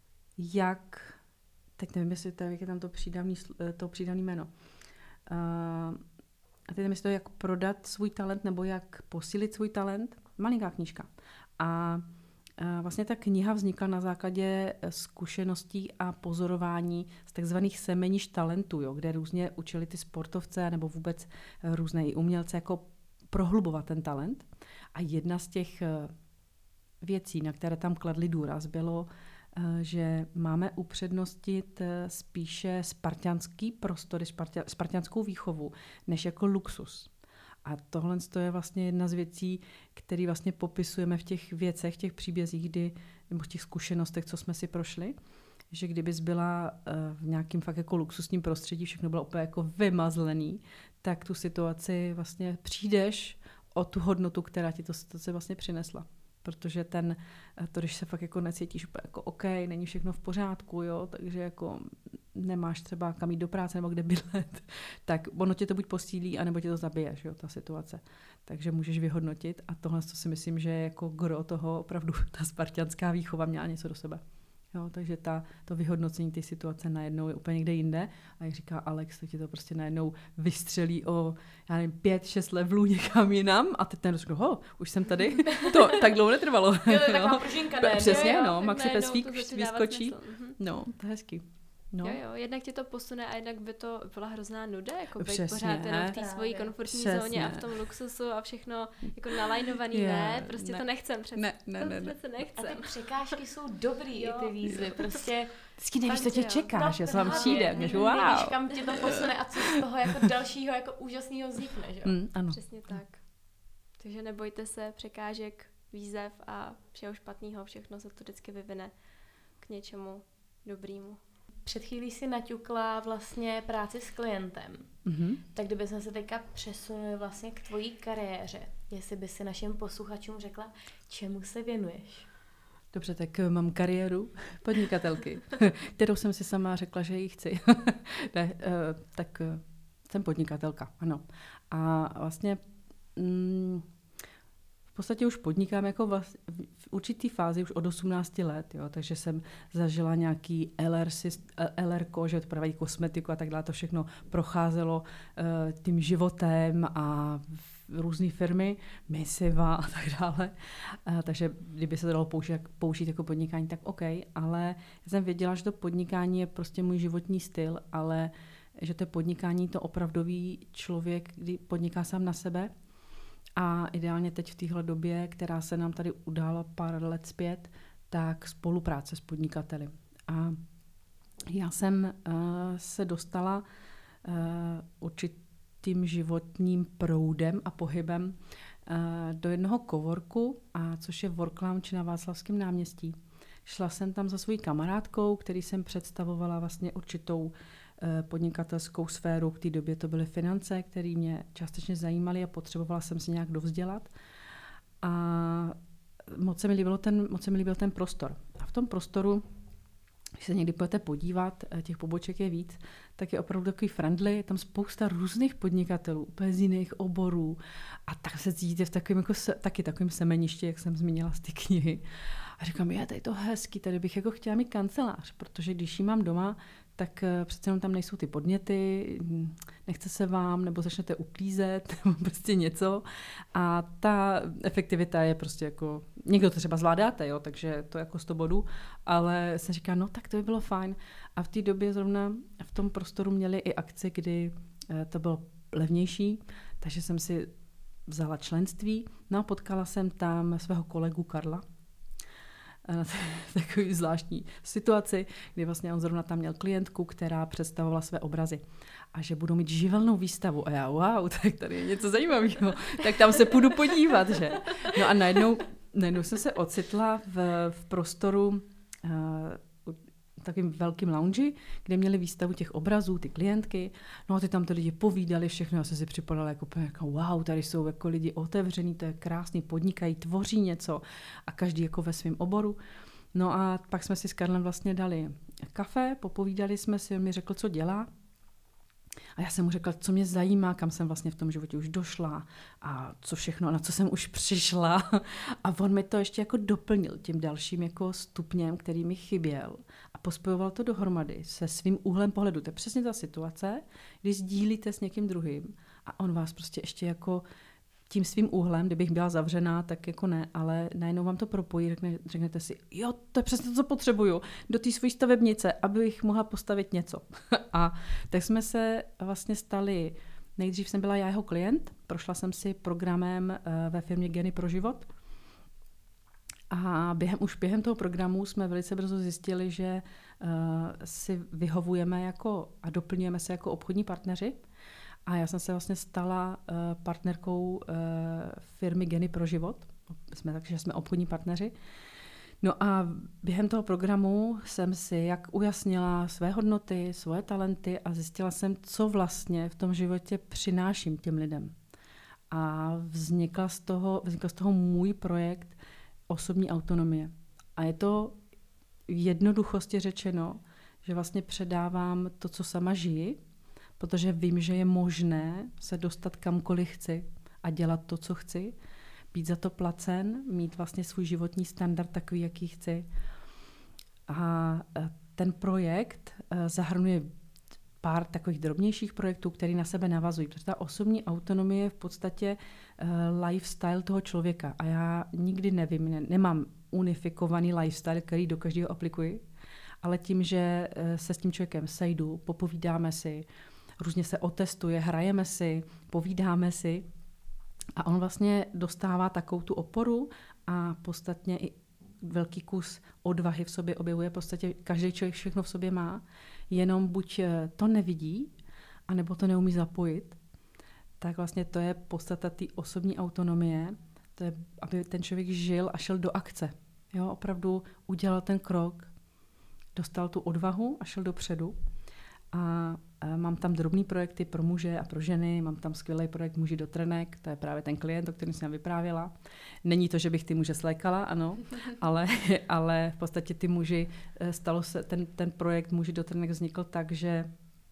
jak, teď nevím, jestli to, jak je tam to přídavný, to přídavný jméno. Uh, a teď mi to, jak prodat svůj talent nebo jak posílit svůj talent. Malinká knížka. A vlastně ta kniha vznikla na základě zkušeností a pozorování z takzvaných semenišť talentů, jo, kde různě učili ty sportovce nebo vůbec různé i umělce jako prohlubovat ten talent. A jedna z těch věcí, na které tam kladli důraz, bylo, že máme upřednostit spíše spartianský prostor, spartianskou výchovu, než jako luxus. A tohle je vlastně jedna z věcí, které vlastně popisujeme v těch věcech, v těch příbězích, kdy, nebo v těch zkušenostech, co jsme si prošli, že kdybys byla v nějakým fakt jako luxusním prostředí, všechno bylo úplně jako vymazlený, tak tu situaci vlastně přijdeš o tu hodnotu, která ti to situace vlastně přinesla. Protože ten, to, když se fakt jako necítíš úplně jako OK, není všechno v pořádku, jo, takže jako nemáš třeba kam jít do práce nebo kde bydlet, tak ono tě to buď posílí, anebo tě to zabiješ, jo, ta situace. Takže můžeš vyhodnotit a tohle to si myslím, že je jako gro toho opravdu ta spartianská výchova měla něco do sebe. Jo, takže ta, to vyhodnocení té situace najednou je úplně někde jinde a jak říká Alex, tak ti to prostě najednou vystřelí o, já nevím, pět, šest levelů někam jinam a teď ten řeknu, ho, už jsem tady, to tak dlouho netrvalo. Jo, to je taková pržinka, ne? Přesně, jo, jo, no, Maxi Pesvík vyskočí, smysl. no, to je hezký. No. Jo, jo, jednak tě to posune a jednak by to byla hrozná nuda, jako být Přesně, pořád jenom v té svojí komfortní Přesně. zóně a v tom luxusu a všechno jako nalajnovaný, Je, ne, prostě ne. to nechcem přece. Ne, ne, to ne, ne. přece A nechcem. ty překážky jsou dobrý, Jo. i ty výzvy, prostě Vždycky nevíš, co tě Fakt, jo. čeká, že se vám právě, přijde, nevíš, že wow. kam tě to posune a co z toho jako dalšího jako úžasného vznikne, že jo? Mm, ano. Přesně tak. Takže nebojte se překážek, výzev a všeho špatného, všechno se to vždycky vyvine k něčemu dobrýmu. Před chvílí si naťukla vlastně práci s klientem. Mm-hmm. Tak kdybychom se teďka přesunuli vlastně k tvojí kariéře, jestli by si našim posluchačům řekla, čemu se věnuješ? Dobře, tak mám kariéru podnikatelky, kterou jsem si sama řekla, že ji chci. ne, tak jsem podnikatelka, ano. A vlastně mm, v podstatě už podnikám jako vlast, v určitý fázi už od osmnácti let, jo, takže jsem zažila nějaký L R, L R ko, že prodavají kosmetiku a tak dále, to všechno procházelo uh, tím životem a různé firmy, Misiva a tak dále. Uh, takže kdyby se to dalo použít, použít jako podnikání, tak OK, ale já jsem věděla, že to podnikání je prostě můj životní styl, ale že to je podnikání to opravdový člověk, kdy podniká sám na sebe. A ideálně teď v téhle době, která se nám tady udála pár let zpět, tak spolupráce s podnikateli. A já jsem uh, se dostala uh, určitým životním proudem a pohybem uh, do jednoho coworku, a což je Work Lounge na Václavském náměstí. Šla jsem tam za svojí kamarádkou, který jsem představovala vlastně určitou podnikatelskou sféru. V té době to byly finance, které mě částečně zajímaly a potřebovala jsem si nějak dovzdělat. A moc se mi líbil ten, moc se mi líbil ten prostor. A v tom prostoru, když se někdy budete podívat, těch poboček je víc, tak je opravdu takový friendly, je tam spousta různých podnikatelů, úplně z jiných oborů. A tak se cítíte v takovém, jako se, taky takovém semeništi, jak jsem zmínila z té knihy. A říkám, je, tady to hezký, tady bych jako chtěla mít kancelář, protože když ji mám doma, tak přece jenom tam nejsou ty podněty, nechce se vám, nebo začnete uklízet, nebo prostě něco. A ta efektivita je prostě jako, někdo to třeba zvládáte, jo, takže to je jako sto bodů, ale jsem říkala, no tak to by bylo fajn. A v té době zrovna v tom prostoru měli i akce, kdy to bylo levnější, takže jsem si vzala členství, no a potkala jsem tam svého kolegu Karla, na takový zvláštní situaci, kdy vlastně on zrovna tam měl klientku, která představovala své obrazy. A že budou mít živelnou výstavu. A já, wow, tak tady je něco zajímavého. Tak tam se půjdu podívat, že? No a najednou, najednou jsem se ocitla v, v prostoru uh, takovým velkým lounge, kde měli výstavu těch obrazů, ty klientky. No a ty tam ty lidi povídali všechno. Já jsem si připadala jako, jako wow, tady jsou jako lidi otevření, to je krásný, podnikají, tvoří něco a každý jako ve svém oboru. No a pak jsme si s Karlem vlastně dali kafe, popovídali jsme si, on mi řekl, co dělá. A já jsem mu řekla, co mě zajímá, kam jsem vlastně v tom životě už došla a co všechno, na co jsem už přišla. A on mi to ještě jako doplnil tím dalším jako stupněm, který mi chyběl. A pospojoval to dohromady se svým úhlem pohledu. To je přesně ta situace, kdy sdílíte s někým druhým a on vás prostě ještě jako tím svým úhlem, kdybych byla zavřená, tak jako ne, ale najednou vám to propojí, řekne, řeknete si, jo, to je přesně to, co potřebuju, do té své stavebnice, abych mohla postavit něco. A tak jsme se vlastně stali, nejdřív jsem byla já jeho klient, prošla jsem si programem ve firmě Geny pro život a během, už během toho programu jsme velice brzo zjistili, že uh, si vyhovujeme jako a doplňujeme se jako obchodní partneři. A já jsem se vlastně stala uh, partnerkou uh, firmy Geny pro život. Jsme takže jsme obchodní partneři. No a během toho programu jsem si jak ujasnila své hodnoty, svoje talenty a zjistila jsem, co vlastně v tom životě přináším těm lidem. A vznikla z toho, vznikl z toho můj projekt osobní autonomie. A je to v jednoduchosti řečeno, že vlastně předávám to, co sama žiji, protože vím, že je možné se dostat kamkoliv chci a dělat to, co chci, být za to placen, mít vlastně svůj životní standard takový, jaký chci. A ten projekt zahrnuje pár takových drobnějších projektů, které na sebe navazují, protože ta osobní autonomie je v podstatě lifestyle toho člověka. A já nikdy nevím, ne, nemám unifikovaný lifestyle, který do každého aplikuji, ale tím, že se s tím člověkem sejdu, popovídáme si, různě se otestuje, hrajeme si, povídáme si a on vlastně dostává takovou tu oporu a podstatně i velký kus odvahy v sobě objevuje. V podstatě každý člověk všechno v sobě má, jenom buď to nevidí, anebo to neumí zapojit. Tak vlastně to je podstata té osobní autonomie, to je, aby ten člověk žil a šel do akce. Jo, opravdu udělal ten krok, dostal tu odvahu a šel dopředu. A mám tam drobný projekty pro muže a pro ženy, mám tam skvělý projekt Muži do trenek, to je právě ten klient, o kterém jsem vyprávěla. Není to, že bych ty muže slékala, ano, ale, ale v podstatě ty muži, stalo se, ten, ten projekt Muži do trenek vznikl tak, že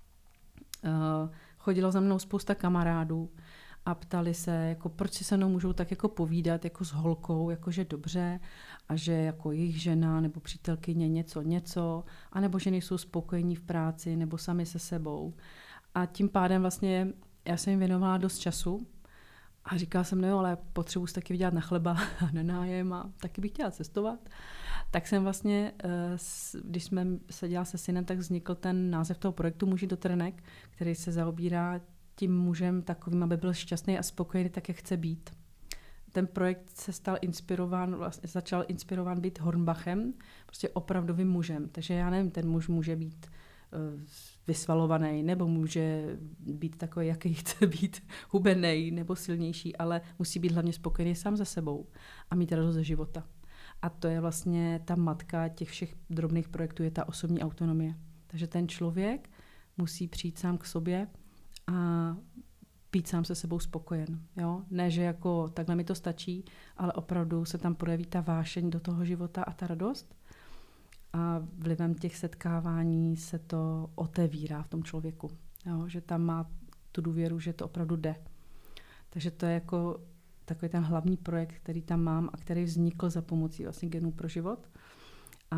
uh, chodilo za mnou spousta kamarádů a ptali se, jako, proč si se mnou můžou tak jako povídat jako s holkou, jakože dobře a že jako jejich žena nebo přítelkyně něco, něco, anebo že nejsou spokojení v práci nebo sami se sebou. A tím pádem vlastně já jsem jim věnovala dost času a říkala jsem, no jo, ale potřebuji se taky vydělat na chleba a na nájem a taky bych chtěla cestovat. Tak jsem vlastně, když jsme seděla se synem, tak vznikl ten název toho projektu Muži do trenek, který se zaobírá tím mužem takovým, aby byl šťastný a spokojený, tak jak chce být. Ten projekt se stal inspirován, vlastně začal inspirován být Hornbachem, prostě opravdovým mužem. Takže já nevím, ten muž může být uh, vysvalovaný, nebo může být takový, jaký chce být, hubenej nebo silnější, ale musí být hlavně spokojený sám se sebou a mít radost ze života. A to je vlastně ta matka těch všech drobných projektů, je ta osobní autonomie. Takže ten člověk musí přijít sám k sobě a být sám se sebou spokojen. Jo? Ne, že jako takhle mi to stačí, ale opravdu se tam projeví ta vášeň do toho života a ta radost. A vlivem těch setkávání se to otevírá v tom člověku. Jo? Že tam má tu důvěru, že to opravdu jde. Takže to je jako takový ten hlavní projekt, který tam mám a který vznikl za pomocí vlastně Genů pro život. A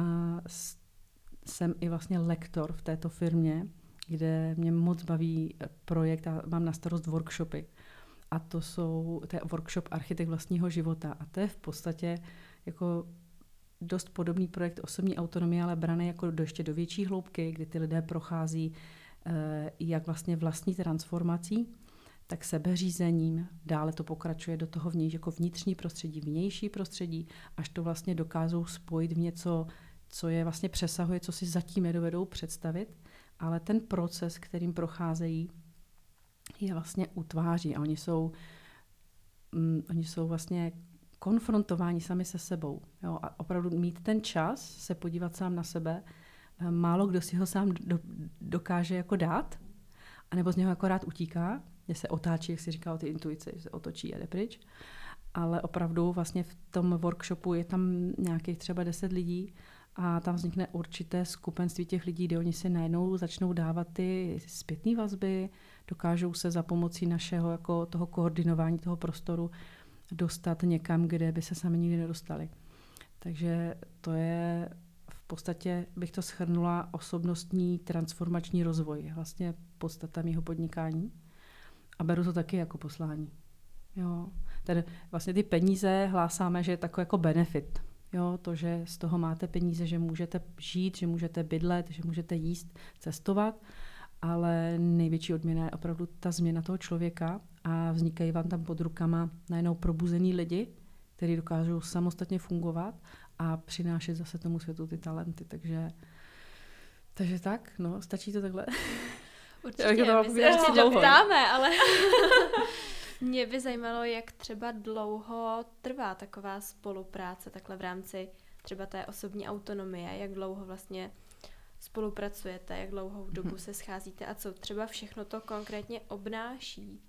jsem i vlastně lektor v této firmě, kde mě moc baví projekt a mám na starost workshopy. A to jsou, to je workshop Architekt vlastního života. A to je v podstatě jako dost podobný projekt osobní autonomie, ale braný jako do ještě do větší hloubky, kdy ty lidé prochází eh, jak vlastně vlastní transformací, tak sebeřízením. Dále to pokračuje do toho vnější, jako vnitřní prostředí, vnější prostředí, až to vlastně dokážou spojit v něco, co je vlastně přesahuje, co si zatím nedovedou představit. Ale ten proces, kterým procházejí, je vlastně utváří a oni jsou, um, oni jsou vlastně konfrontováni sami se sebou. Jo? A opravdu mít ten čas, se podívat sám na sebe, málo kdo si ho sám do, dokáže jako dát, anebo z něho jako rád utíká, že se otáčí, jak si říkal, ty intuice, že se otočí a jde pryč. Ale opravdu vlastně v tom workshopu je tam nějakých třeba deset lidí, a tam vznikne určité skupenství těch lidí, kde oni si najednou začnou dávat ty zpětné vazby, dokážou se za pomocí našeho jako toho koordinování toho prostoru dostat někam, kde by se sami nikdy nedostali. Takže to je v podstatě, bych to shrnula, osobnostní transformační rozvoj. Vlastně podstata mého podnikání. A beru to taky jako poslání. Jo. Ten, vlastně ty peníze hlásáme, že je takový jako benefit. Jo, to, že z toho máte peníze, že můžete žít, že můžete bydlet, že můžete jíst, cestovat, ale největší odměna je opravdu ta změna toho člověka a vznikají vám tam pod rukama najednou probuzený lidi, kteří dokážou samostatně fungovat a přinášet zase tomu světu ty talenty. Takže, takže tak, no, stačí to takhle. Určitě, to my se ještě doptáme, ale mě by zajímalo, jak třeba dlouho trvá taková spolupráce takhle v rámci třeba té osobní autonomie, jak dlouho vlastně spolupracujete, jak dlouhou dobu se scházíte a co třeba všechno to konkrétně obnáší?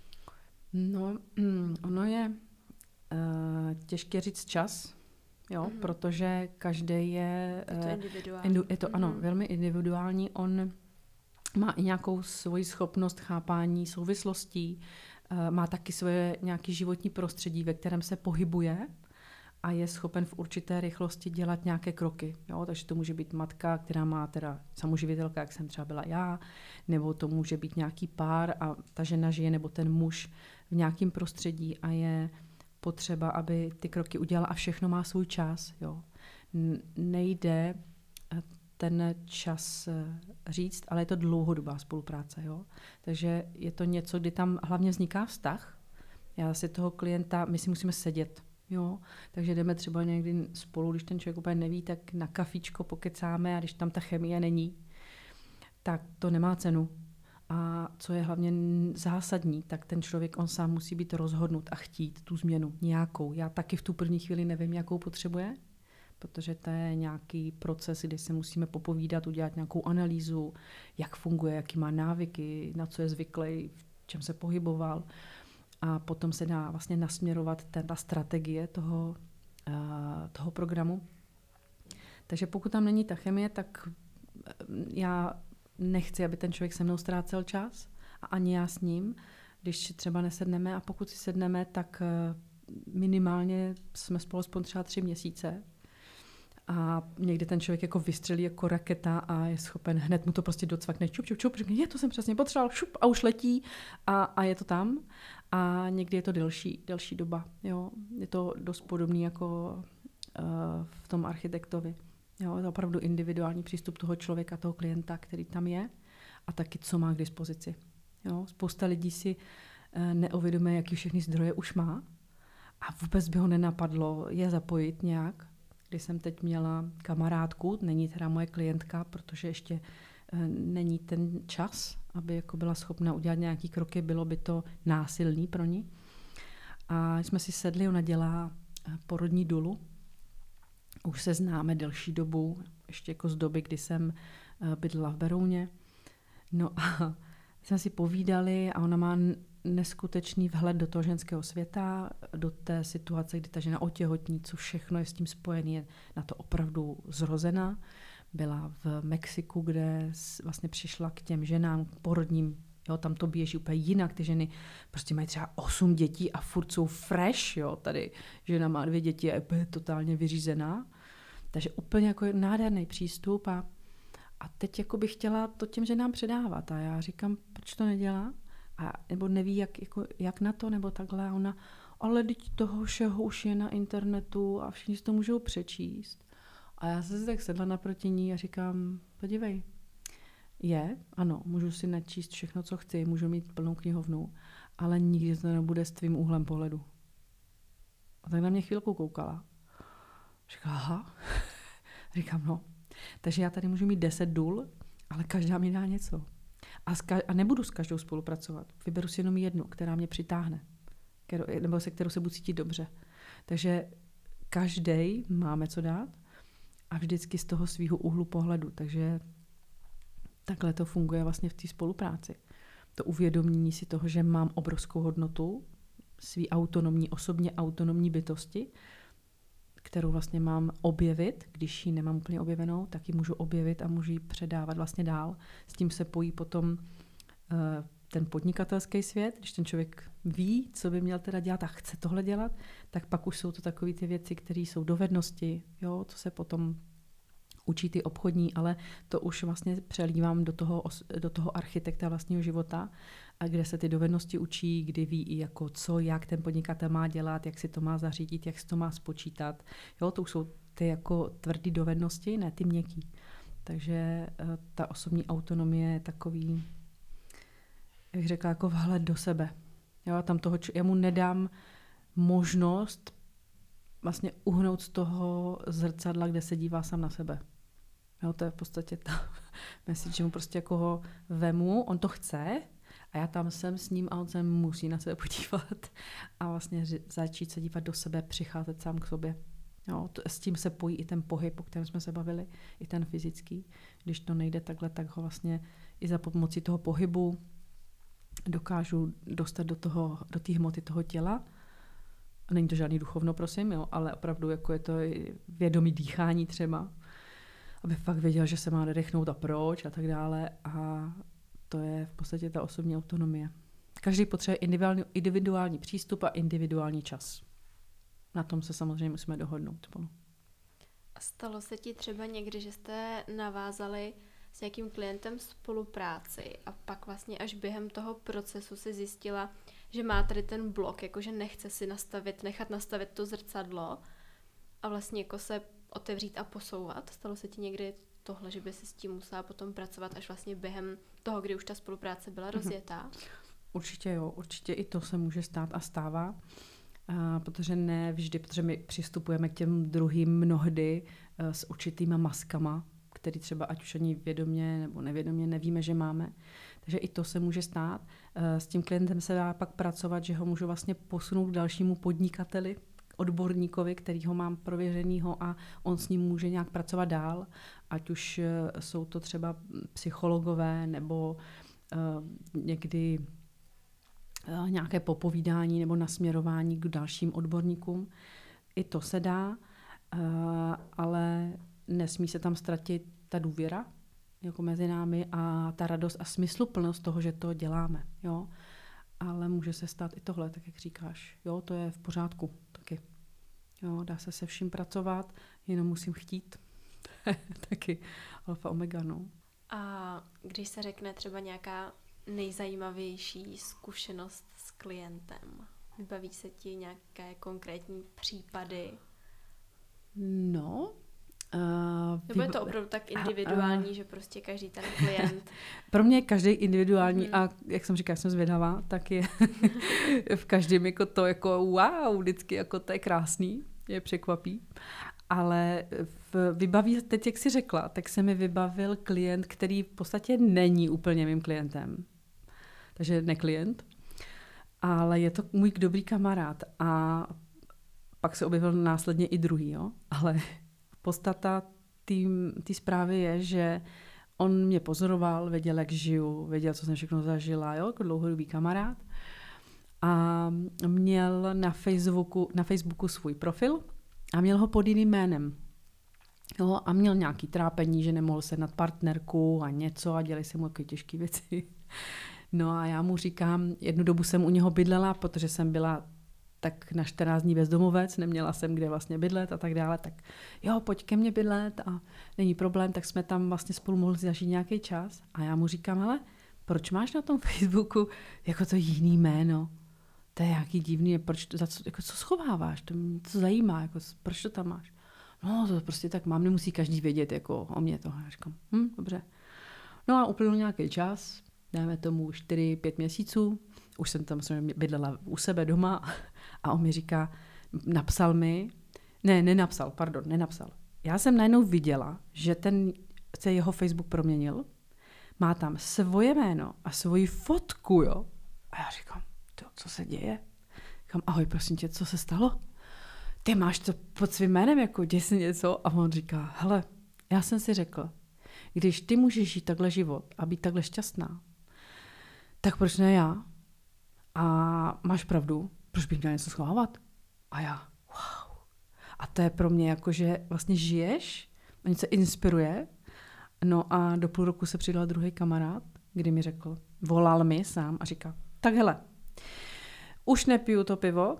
No, mm, ono je uh, těžké říct čas, jo, mm-hmm. protože každý je... Je to uh, individuální. Indu, je to, mm-hmm. ano, velmi individuální. On má i nějakou svoji schopnost chápání souvislostí, uh, má taky svoje nějaké životní prostředí, ve kterém se pohybuje a je schopen v určité rychlosti dělat nějaké kroky. Jo? Takže to může být matka, která má teda samoživitelka, jak jsem třeba byla já, nebo to může být nějaký pár a ta žena žije, nebo ten muž v nějakém prostředí a je potřeba, aby ty kroky udělala a všechno má svůj čas. Jo? Nejde ten čas říct, ale je to dlouhodobá spolupráce. Jo? Takže je to něco, kdy tam hlavně vzniká vztah. Já si toho klienta, my si musíme sedět. Jo, takže jdeme třeba někdy spolu, když ten člověk úplně neví, tak na kafičko pokecáme a když tam ta chemie není, tak to nemá cenu. A co je hlavně zásadní, tak ten člověk, on sám musí být rozhodnut a chtít tu změnu nějakou. Já taky v tu první chvíli nevím, jakou potřebuje, protože to je nějaký proces, kdy se musíme popovídat, udělat nějakou analýzu, jak funguje, jaký má návyky, na co je zvyklý, v čem se pohyboval. A potom se dá vlastně nasměrovat ten, ta strategie toho, uh, toho programu. Takže pokud tam není ta chemie, tak já nechci, aby ten člověk se mnou ztrácel čas a ani já s ním, když třeba nesedneme a pokud si sedneme, tak minimálně jsme spolu aspoň třeba tři měsíce a někdy ten člověk jako vystřelí jako raketa a je schopen, hned mu to prostě docvakne, čup, čup, čup, řekne, je, to jsem přesně potřeboval, šup, a už letí a, a je to tam. A někdy je to delší, delší doba. Jo. Je to dost podobný jako uh, v tom architektovi. Jo. Je to opravdu individuální přístup toho člověka, toho klienta, který tam je a taky, co má k dispozici. Jo. Spousta lidí si uh, neuvědomuje, jaký všechny zdroje už má a vůbec by ho nenapadlo je zapojit nějak. Když jsem teď měla kamarádku, není teda moje klientka, protože ještě není ten čas, aby jako byla schopna udělat nějaký kroky, bylo by to násilný pro ní. A jsme si sedli, ona dělá porodní důlu. Už se známe delší dobu, ještě jako z doby, kdy jsem bydlela v Berouně. No a jsme si povídali a ona má neskutečný vhled do toho ženského světa, do té situace, kdy ta žena otěhotní, co všechno je s tím spojené, je na to opravdu zrozená. Byla v Mexiku, kde vlastně přišla k těm ženám porodním, jo, tam to běží úplně jinak, ty ženy prostě mají třeba osm dětí a furt jsou fresh, jo, tady žena má dvě děti a je úplně totálně vyřízená, takže úplně jako nádherný přístup a, a teď jako bych chtěla to těm ženám předávat a já říkám, proč to nedělá? A, nebo neví, jak, jako, jak na to, nebo takhle a ona, ale teď toho všeho už je na internetu a všichni si to můžou přečíst. A já se tak sedla naproti ní a říkám, podívej, je, ano, můžu si načíst všechno, co chci, můžu mít plnou knihovnu, ale nikdy to nebude s tvým úhlem pohledu. A tak na mě chvilku koukala. Říkala, aha. Říkám, no. Takže já tady můžu mít deset důl, ale každá mi dá něco. A, ka- a nebudu s každou spolupracovat. Vyberu si jenom jednu, která mě přitáhne. Kterou, nebo se kterou se budu cítit dobře. Takže každej máme co dát a vždycky z toho svýho úhlu pohledu. Takže takhle to funguje vlastně v té spolupráci. To uvědomění si toho, že mám obrovskou hodnotu, svý autonomní, osobně autonomní bytosti, kterou vlastně mám objevit, když ji nemám úplně objevenou, tak ji můžu objevit a můžu ji předávat vlastně dál. S tím se pojí potom uh, ten podnikatelský svět, když ten člověk ví, co by měl teda dělat a chce tohle dělat, tak pak už jsou to takové ty věci, které jsou dovednosti, jo, co se potom učí ty obchodní, ale to už vlastně přelívám do toho, do toho architekta vlastního života, a kde se ty dovednosti učí, kdy ví i jako co, jak ten podnikatel má dělat, jak si to má zařídit, jak si to má spočítat. Jo, to už jsou ty jako tvrdý dovednosti, ne ty měkký. Takže ta osobní autonomie je takový, jak řekla, jako vhled do sebe. Jo, tam toho, já mu nedám možnost vlastně uhnout z toho zrcadla, kde se dívá sám na sebe. Jo, to je v podstatě ta message, že mu prostě jako ho vemu, on to chce a já tam jsem s ním a on se musí na sebe podívat a vlastně začít se dívat do sebe, přicházet sám k sobě. Jo, to, s tím se pojí i ten pohyb, o kterém jsme se bavili, i ten fyzický. Když to nejde takhle, tak ho vlastně i za pomocí toho pohybu dokážu dostat do toho, do té hmoty toho těla. Není to žádný duchovno, prosím, jo, ale opravdu jako je to vědomí dýchání třeba, aby fakt věděl, že se má nadechnout a proč a tak dále. A to je v podstatě ta osobní autonomie. Každý potřebuje individuální, individuální přístup a individuální čas. Na tom se samozřejmě musíme dohodnout spolu. A stalo se ti třeba někdy, že jste navázali s nějakým klientem spolupráci a pak vlastně až během toho procesu si zjistila, že má tady ten blok, jakože nechce si nastavit, nechat nastavit to zrcadlo a vlastně jako se otevřít a posouvat? Stalo se ti někdy tohle, že by si s tím musela potom pracovat až vlastně během toho, kdy už ta spolupráce byla rozjetá? Určitě jo, určitě i to se může stát a stává. A protože ne vždy, protože my přistupujeme k těm druhým mnohdy uh, s určitýma maskama, který třeba ať už ani vědomě nebo nevědomě nevíme, že máme. Takže i to se může stát. Uh, s tím klientem se dá pak pracovat, že ho můžu vlastně posunout k dalšímu podnikateli, odborníkovi, kterýho mám prověřenýho a on s ním může nějak pracovat dál. Ať už uh, jsou to třeba psychologové nebo uh, někdy nějaké popovídání nebo nasměrování k dalším odborníkům. I to se dá, ale nesmí se tam ztratit ta důvěra jako mezi námi a ta radost a smysluplnost toho, že to děláme. Jo? Ale může se stát i tohle, tak jak říkáš. Jo, to je v pořádku taky. Jo, dá se se vším pracovat, jenom musím chtít. Taky alfa omega, no. A když se řekne třeba nějaká nejzajímavější zkušenost s klientem? Vybaví se ti nějaké konkrétní případy? No. Uh, Nebo je to opravdu tak individuální, uh, uh, že prostě každý ten klient... Pro mě je každý individuální mm. a jak jsem říkala, jsem zvědavá, tak je v každém jako to jako wow, vždycky jako to je krásný, je překvapí. Ale v, vybaví, teď jak jsi řekla, tak se mi vybavil klient, který v podstatě není úplně mým klientem. Takže ne klient, ale je to můj dobrý kamarád. A pak se objevil následně i druhý, jo. Ale podstata té zprávy je, že on mě pozoroval, věděl, jak žiju, věděl, co jsem všechno zažila, jo, jako dlouhodobý kamarád. A měl na Facebooku, na Facebooku svůj profil, a měl ho pod jiným jménem. Jo, a měl nějaký trápení, že nemohl se nad partnerku a něco a dělali se mu takové těžké věci. No a já mu říkám, jednu dobu jsem u něho bydlela, protože jsem byla tak na čtrnáct dní bezdomovec, neměla jsem kde vlastně bydlet a tak dále, tak jo, pojď ke mně bydlet a není problém, tak jsme tam vlastně spolu mohli zažít nějaký čas. A já mu říkám, hele, proč máš na tom Facebooku jako to jiný jméno? To je nějaký divný, proč to, za co, jako co schováváš, to mě to zajímá, jako, proč to tam máš? No, to prostě tak mám, nemusí každý vědět jako o mě to. Já říkám, hm, dobře. No a uplynul nějaký čas, dáme tomu čtyři pět měsíců, už jsem tam samozřejmě bydlela u sebe doma a on mi říká, napsal mi, ne, nenapsal, pardon, nenapsal. Já jsem najednou viděla, že ten se jeho Facebook proměnil, má tam svoje jméno a svoji fotku, jo. A já říkám, co se děje? Říkám, ahoj, prosím tě, co se stalo? Ty máš to pod svým jménem, jako děj si něco? A on říká, hele, já jsem si řekl, když ty můžeš žít takhle život a být takhle šťastná, tak proč ne já? A máš pravdu, proč bych měla něco schovávat? A já, wow. A to je pro mě jako, že vlastně žiješ, a něco inspiruje. No a do půl roku se přidal druhý kamarád, kdy mi řekl, volal mi sám a říká, tak hele, už nepiju to pivo, uh,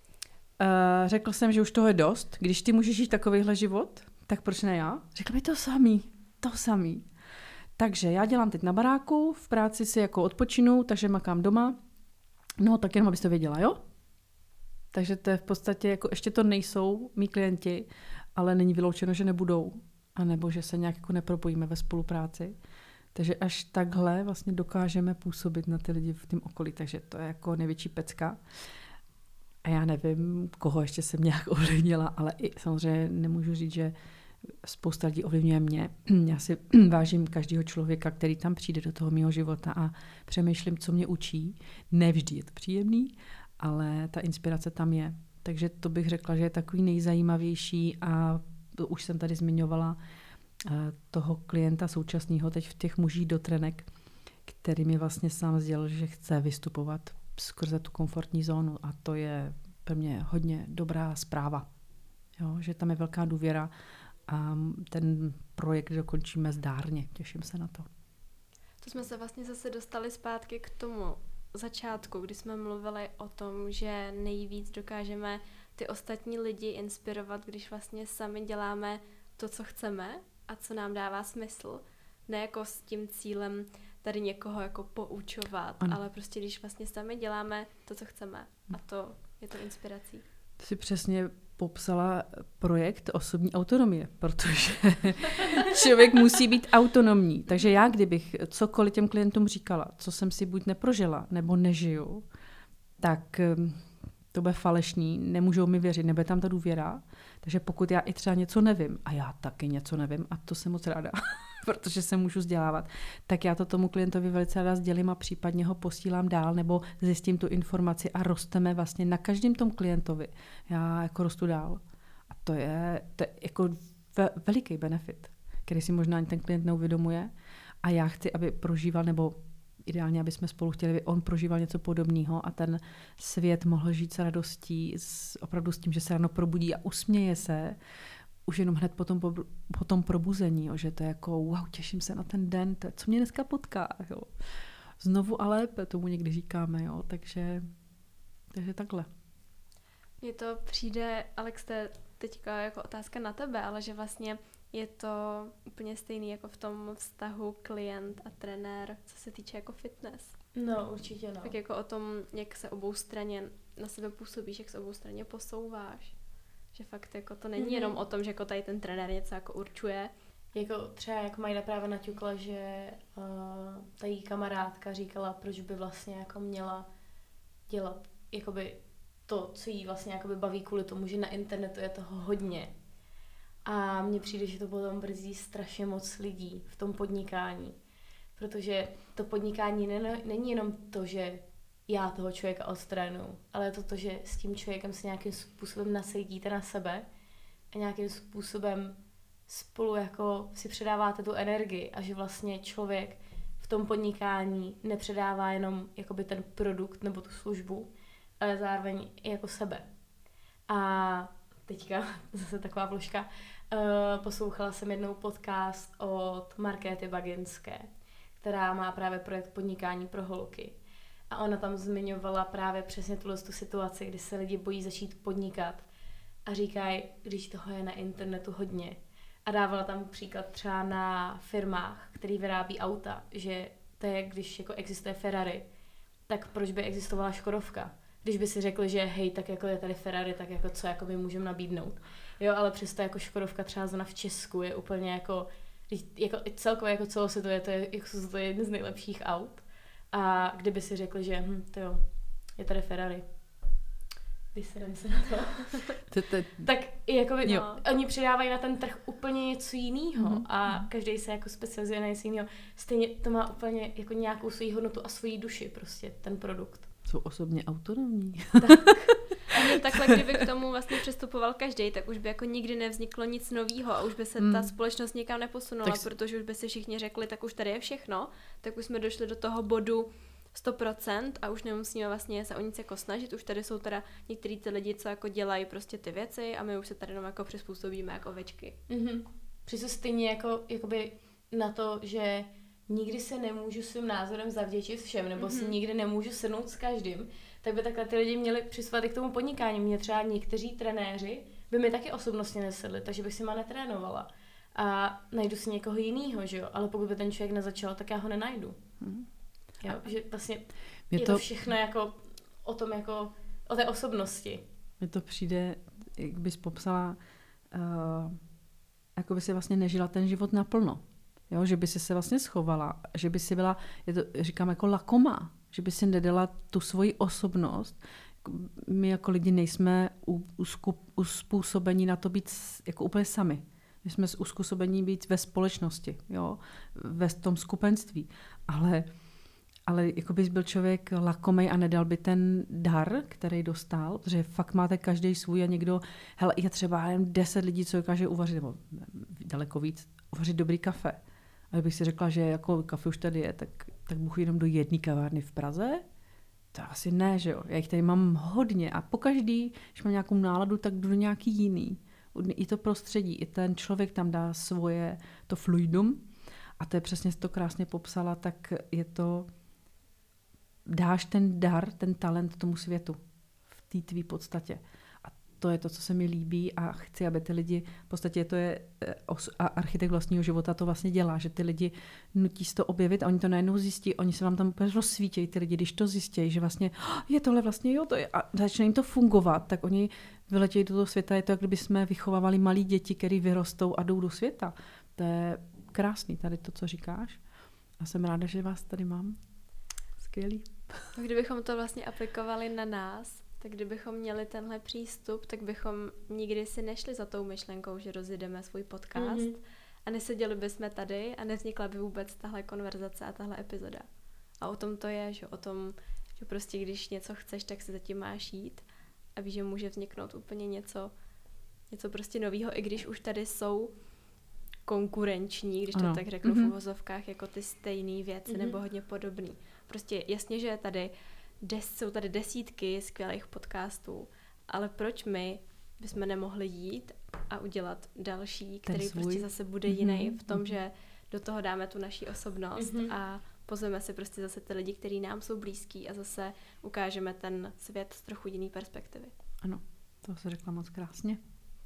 řekl jsem, že už toho je dost, když ty můžeš žít takovýhle život, tak proč ne já? Řekl mi to samý, to samý. Takže já dělám teď na baráku, v práci si jako odpočinu, takže makám doma. No tak jenom, abyste věděla, jo? Takže to je v podstatě, jako ještě to nejsou mý klienti, ale není vyloučeno, že nebudou. A nebo že se nějak jako nepropojíme ve spolupráci. Takže až takhle vlastně dokážeme působit na ty lidi v tom okolí. Takže to je jako největší pecka. A já nevím, koho ještě jsem nějak ovlivnila, ale i samozřejmě nemůžu říct, že spousta lidí ovlivňuje mě. Já si vážím každého člověka, který tam přijde do toho mého života a přemýšlím, co mě učí. Nevždy je to příjemný, ale ta inspirace tam je. Takže to bych řekla, že je takový nejzajímavější a už jsem tady zmiňovala toho klienta současného teď v těch mužích do trenek, který mi vlastně sám sdělil, že chce vystupovat skrze tu komfortní zónu a to je pro mě hodně dobrá zpráva. Jo, že tam je velká důvěra a ten projekt dokončíme zdárně. Těším se na to. To jsme se vlastně zase dostali zpátky k tomu začátku, kdy jsme mluvili o tom, že nejvíc dokážeme ty ostatní lidi inspirovat, když vlastně sami děláme to, co chceme a co nám dává smysl. Ne jako s tím cílem tady někoho jako poučovat, ano. Ale prostě když vlastně sami děláme to, co chceme a to je to inspirací. To si přesně popsala projekt osobní autonomie, protože člověk musí být autonomní. Takže já, kdybych cokoliv těm klientům říkala, co jsem si buď neprožila, nebo nežiju, tak to bude falešný, nemůžou mi věřit, nebude tam ta důvěra. Takže pokud já i třeba něco nevím, a já taky něco nevím, a to jsem moc ráda, protože se můžu vzdělávat, tak já to tomu klientovi velice ráda sdělím a případně ho posílám dál, nebo zjistím tu informaci a rosteme vlastně na každém tom klientovi. Já jako rostu dál. A to je, to je jako ve, veliký benefit, který si možná ani ten klient neuvědomuje. A já chci, aby prožíval, nebo ideálně, aby jsme spolu chtěli, aby on prožíval něco podobného a ten svět mohl žít s radostí, s, opravdu s tím, že se ráno probudí a usměje se, už jenom hned po tom, po tom probuzení, jo, že to je jako wow, těším se na ten den, to je, co mě dneska potká. Jo. Znovu a lépe, tomu někdy říkáme, jo, takže, takže takhle. Mně to přijde, Alex, to je teďka jako otázka na tebe, ale že vlastně je to úplně stejný jako v tom vztahu klient a trenér, co se týče jako fitness. No, určitě no. Tak jako o tom, jak se obou straně na sebe působíš, jak se obou straně posouváš. Že fakt jako to není mm-hmm. jenom o tom, že jako tady ten trenér něco jako určuje. Jako třeba jak Majda právě naťukla, že uh, ta jí kamarádka říkala, proč by vlastně jako měla dělat jakoby to, co jí vlastně jakoby baví kvůli tomu, že na internetu je toho hodně. A mně přijde, že to potom brzdí strašně moc lidí v tom podnikání. Protože to podnikání není jenom to, že já toho člověka odstrénuju, ale je to to, že s tím člověkem se nějakým způsobem nasedíte na sebe a nějakým způsobem spolu jako si předáváte tu energii a že vlastně člověk v tom podnikání nepředává jenom jakoby ten produkt nebo tu službu, ale zároveň i jako sebe. A teďka zase taková vložka, uh, poslouchala jsem jednou podcast od Markéty Baginské, která má právě projekt podnikání pro holky. A ona tam zmiňovala právě přesně tuhle tu situaci, kdy se lidi bojí začít podnikat a říkají, když toho je na internetu hodně. A dávala tam příklad třeba na firmách, který vyrábí auta, že to je, když jako existuje Ferrari, tak proč by existovala Škodovka? Když by si řekli, že hej, tak jako je tady Ferrari, tak jako co jako my můžeme nabídnout. Jo, ale přesto jako Škodovka třeba zrovna v Česku je úplně jako, jako celkově jako celosvětově, to je, jako to je jeden z nejlepších aut. A kdyby si řekli, že hm, to jo, je tady Ferrari, vysedem se na to, to, to... tak jakoby, no, oni přidávají na ten trh úplně něco jiného mm-hmm. a každý se jako specializuje na něco jiného. Stejně to má úplně jako nějakou svou hodnotu a svoji duši prostě, ten produkt. Jsou osobně autonomní. Tak. A takhle, kdyby k tomu vlastně přistupoval každý, tak už by jako nikdy nevzniklo nic novýho a už by se mm. ta společnost nikam neposunula, tak... protože už by si všichni řekli, tak už tady je všechno, tak už jsme došli do toho bodu sto procent a už nemusíme vlastně se o nic jako snažit, už tady jsou teda některý ty lidi, co jako dělají prostě ty věci a my už se tady jenom jako přizpůsobíme jako ovečky. Mhm. Přesně stejně jako jakoby na to, že nikdy se nemůžu svým názorem zavděčit všem, nebo mm-hmm. si nikdy nemůžu sednout s každým, tak by takhle ty lidi měli přistupovat i k tomu podnikání. Mě třeba někteří trenéři by mi taky osobnostně nesedli, takže bych si ma netrénovala. a najdu si někoho jinýho, že jo, ale pokud by ten člověk nezačal, tak já ho nenajdu. Hmm. Jo, že vlastně je, je to... to všechno jako o tom jako, o té osobnosti. Mně to přijde, jak bys popsala, uh, jako by si vlastně nežila ten život naplno. Jo, že by si se vlastně schovala, že by si byla, je to, říkám, jako lakomá, že by si nedala tu svoji osobnost. My jako lidi nejsme uspůsobení na to být jako úplně sami. My jsme uspůsobení být ve společnosti, jo, ve tom skupenství. Ale, ale jako bys byl člověk lakomej a nedal by ten dar, který dostal, protože fakt máte každý svůj a někdo, hele, je třeba jen deset lidí, co dokáže uvařit, nebo daleko víc, uvařit dobrý kafe. A kdybych si řekla, že jako kafe už tady je, tak, tak budu jenom do jedné kavárny v Praze? To asi ne, že jo. Já jich tady mám hodně a pokaždý, když mám nějakou náladu, tak jdu do nějaký jiný. I to prostředí, i ten člověk tam dá svoje, to fluidum. A to je přesně, to krásně popsala, tak je to, dáš ten dar, ten talent tomu světu v té tvý podstatě. A to je to, co se mi líbí a chci, aby ty lidi, v podstatě to je, a architekt vlastního života to vlastně dělá, že ty lidi nutí se to objevit a oni to najednou zjistí, oni se vám tam úplně rozsvítějí, ty lidi, když to zjistí, že vlastně je tohle vlastně, jo, to je, a začne jim to fungovat, tak oni vyletějí do toho světa, je to, jak kdyby jsme vychovávali malí děti, který vyrostou a jdou do světa. To je krásný, tady to, co říkáš. A jsem ráda, že vás tady mám. Skvělý. Kdybychom to vlastně aplikovali na nás, tak kdybychom měli tenhle přístup, tak bychom nikdy si nešli za tou myšlenkou, že rozjedeme svůj podcast mm-hmm. a neseděli bychom tady a nevznikla by vůbec tahle konverzace a tahle epizoda. A o tom to je, že o tom, že prostě když něco chceš, tak si zatím máš jít a víš, že může vzniknout úplně něco, něco prostě novýho, i když už tady jsou konkurenční, když to ano. tak řeknu mm-hmm. v uvozovkách, jako ty stejné věci mm-hmm. nebo hodně podobný. Prostě jasně, že je tady Des, jsou tady desítky skvělých podcastů, ale proč my bychom nemohli jít a udělat další, který prostě zase bude mm-hmm. jiný v tom, mm-hmm. že do toho dáme tu naší osobnost mm-hmm. a pozveme si prostě zase ty lidi, kteří nám jsou blízký a zase ukážeme ten svět z trochu jiný perspektivy. Ano, to se řekla moc krásně.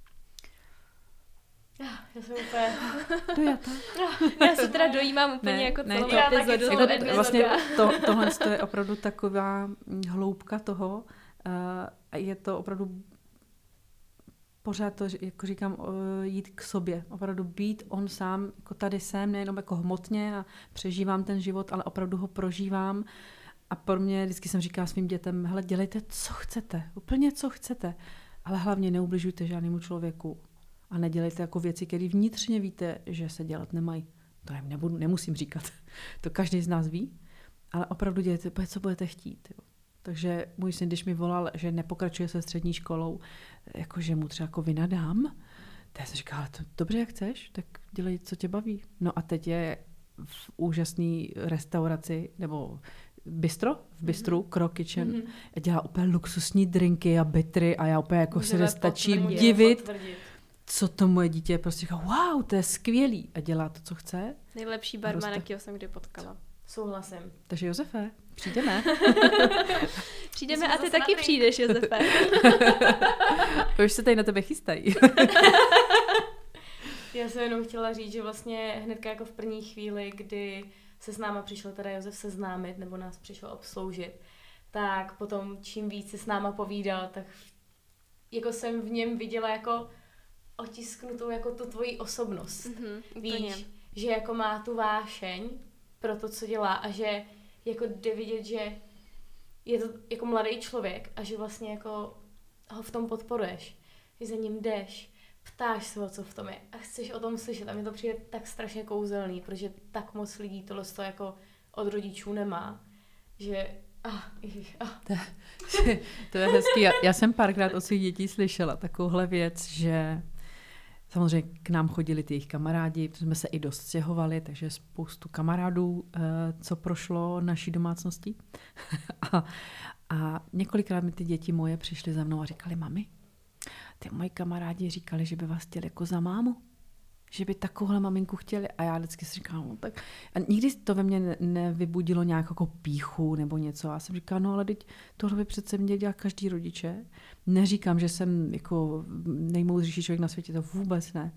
Já jsem úplně... Dojata. Já se teda dojímám úplně ne, jako celou ne, epizodu. Jako epizodu. Vlastně to, tohle to je opravdu taková hloubka toho. Uh, je to opravdu pořád to, jako říkám, uh, jít k sobě. Opravdu být on sám, jako tady jsem, nejenom jako hmotně a přežívám ten život, ale opravdu ho prožívám. A pro mě vždycky jsem říkala svým dětem, hele, dělejte, co chcete. Úplně, co chcete. Ale hlavně neubližujte žádnému člověku. A nedělejte jako věci, které vnitřně víte, že se dělat nemají. To jim nebudu, nemusím říkat. To každý z nás ví. Ale opravdu dělejte, co budete chtít. Jo. Takže můj syn, když mi volal, že nepokračuje se střední školou, jakože mu třeba jako vynadám, tak já jsem říkala, ale to, dobře, jak chceš, tak dělej, co tě baví. No a teď je v úžasné restauraci, nebo bistro, v bistru, mm-hmm. Croc Kitchen, mm-hmm. a dělá úplně luxusní drinky a bitry a já úplně jako se nestačím divit. Potvrdit. Co to moje dítě prostě říká, wow, to je skvělý a dělá to, co chce. Nejlepší barman, jakýho jsem kdy potkala. Souhlasím. Takže Josefe, přijdeme. Přijdeme a ty taky přijdeš, Josefe. Už se tady na tebe chystají. Já jsem jenom chtěla říct, že vlastně hnedka jako v první chvíli, kdy se s náma přišel teda Josef seznámit, nebo nás přišel obsloužit, tak potom čím víc se s náma povídal, tak jako jsem v něm viděla jako otisknutou jako tu tvoji osobnost. Mm-hmm, víš, že jako má tu vášeň pro to, co dělá a že jako jde vidět, že je to jako mladý člověk a že vlastně jako ho v tom podporuješ, že za ním jdeš, ptáš se o co v tom je a chceš o tom slyšet a mi to přijde tak strašně kouzelný, protože tak moc lidí tohle to jako od rodičů nemá, že ah, ježiš, ah. To, to je hezký. Já, já jsem párkrát od svých dětí slyšela takovouhle věc, že samozřejmě k nám chodili ty jejich kamarádi, jsme se i dost stěhovali, takže spoustu kamarádů, co prošlo naší domácností. a, a několikrát mi ty děti moje přišly za mnou a říkali, mami, ty moji kamarádi říkali, že by vás chtěli jako za mámu. Že by takovouhle maminku chtěli. A já vždycky si říkala, no tak... A nikdy to ve mně nevybudilo nějak jako píchu nebo něco. A já jsem říkala, no ale teď tohle by přece mě dělá každý rodiče. Neříkám, že jsem jako nejmoudřejší člověk na světě, to vůbec ne.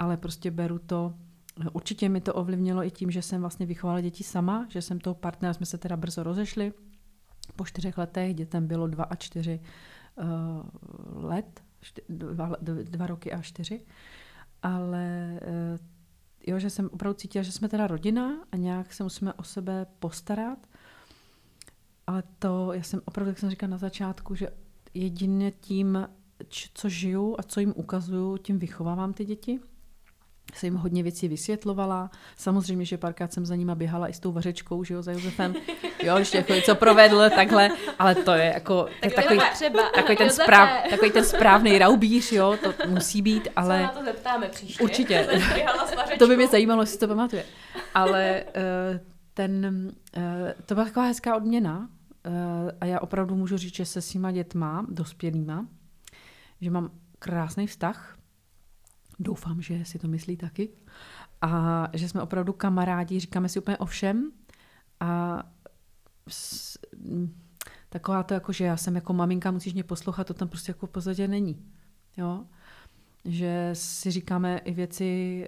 ale prostě beru to, určitě mi to ovlivnilo i tím, že jsem vlastně vychovala děti sama, že jsem toho partnera, jsme se teda brzo rozešli, po čtyřech letech, dětem bylo dva a čtyři uh, let, čty, dva, dva roky a čtyři, ale uh, jo, že jsem opravdu cítila, že jsme teda rodina a nějak se musíme o sebe postarat, ale to, já jsem opravdu, jak jsem říkala na začátku, že jedině tím, co žiju a co jim ukazuju, tím vychovávám ty děti. Jsem jim hodně věcí vysvětlovala. Samozřejmě, že párkrát jsem za nima běhala i s tou vařečkou, že jo, za Josefem. Jo, ještě jako něco provedl, takhle, ale to je jako tak takový, třeba, takový, ten správ, takový ten správný raubíř, jo, to musí být, ale... Co na to zeptáme příště? Určitě. To by mě zajímalo, jestli to pamatuje. Ale ten, to byla taková hezká odměna a já opravdu můžu říct, že se svýma dětma, dospělýma, že mám krásný vztah. Doufám, že si to myslí taky. A že jsme opravdu kamarádi, říkáme si úplně o všem. A s, taková to, jako, že já jsem jako maminka, musíš mě poslouchat, to tam prostě jako v podstatě není. Jo? Že si říkáme i věci,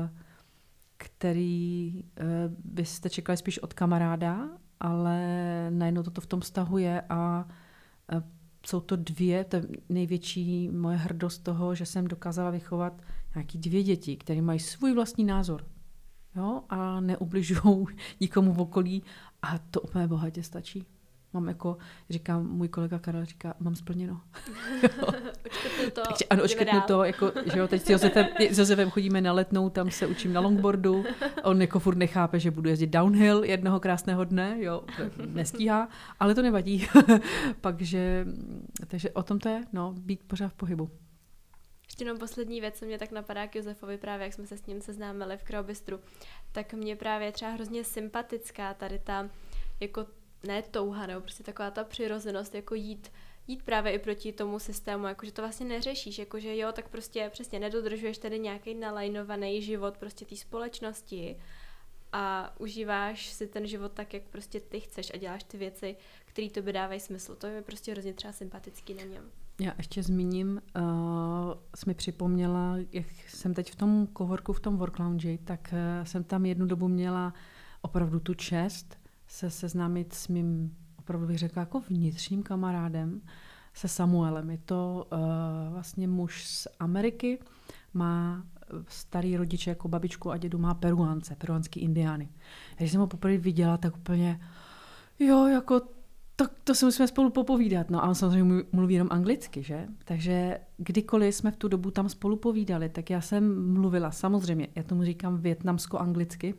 které byste čekali spíš od kamaráda, ale najednou toto v tom vztahu je a jsou to dvě, to je největší moje hrdost toho, že jsem dokázala vychovat nějaký dvě děti, které mají svůj vlastní názor. Jo? A neubližují nikomu v okolí a to úplně bohatě stačí. Mám jako, říkám, můj kolega Karel říká, mám splněno. Očkrtnu to. Takže ano, očkrtnu to, jako, že jo, teď s Josefem, s Josefem chodíme na Letnou, tam se učím na longboardu, on jako furt nechápe, že budu jezdit downhill jednoho krásného dne, jo, nestíhá, ale to nevadí. takže, takže o tom to je, no, být pořád v pohybu. Ještě jenom poslední věc, co mě tak napadá k Josefovi, právě jak jsme se s ním seznámili v Krobistru, tak mě právě třeba hrozně sympatická tady ta, jako ne touha, nebo prostě taková ta přirozenost, jako jít, jít právě i proti tomu systému, jakože to vlastně neřešíš, jakože jo, tak prostě přesně nedodržuješ tady nějaký nalajnovaný život prostě té společnosti a užíváš si ten život tak, jak prostě ty chceš a děláš ty věci, které tobě dávají smysl. To je prostě hrozně třeba sympatický na něm. Já ještě zmíním, uh, jsi mi připomněla, jak jsem teď v tom coworku, v tom work lounge, tak uh, jsem tam jednu dobu měla opravdu tu čest se seznámit s mým, opravdu bych řekla, jako vnitřním kamarádem, se Samuelem. Je to uh, vlastně muž z Ameriky, má starý rodiče jako babičku a dědu, má Peruánce, peruánský indiány. Když jsem ho poprvé viděla, tak úplně, jo, jako to, to si musíme spolu popovídat. No a on samozřejmě mluví jenom anglicky, že? Takže kdykoliv jsme v tu dobu tam spolu povídali, tak já jsem mluvila, samozřejmě, já tomu říkám vietnamsko-anglicky,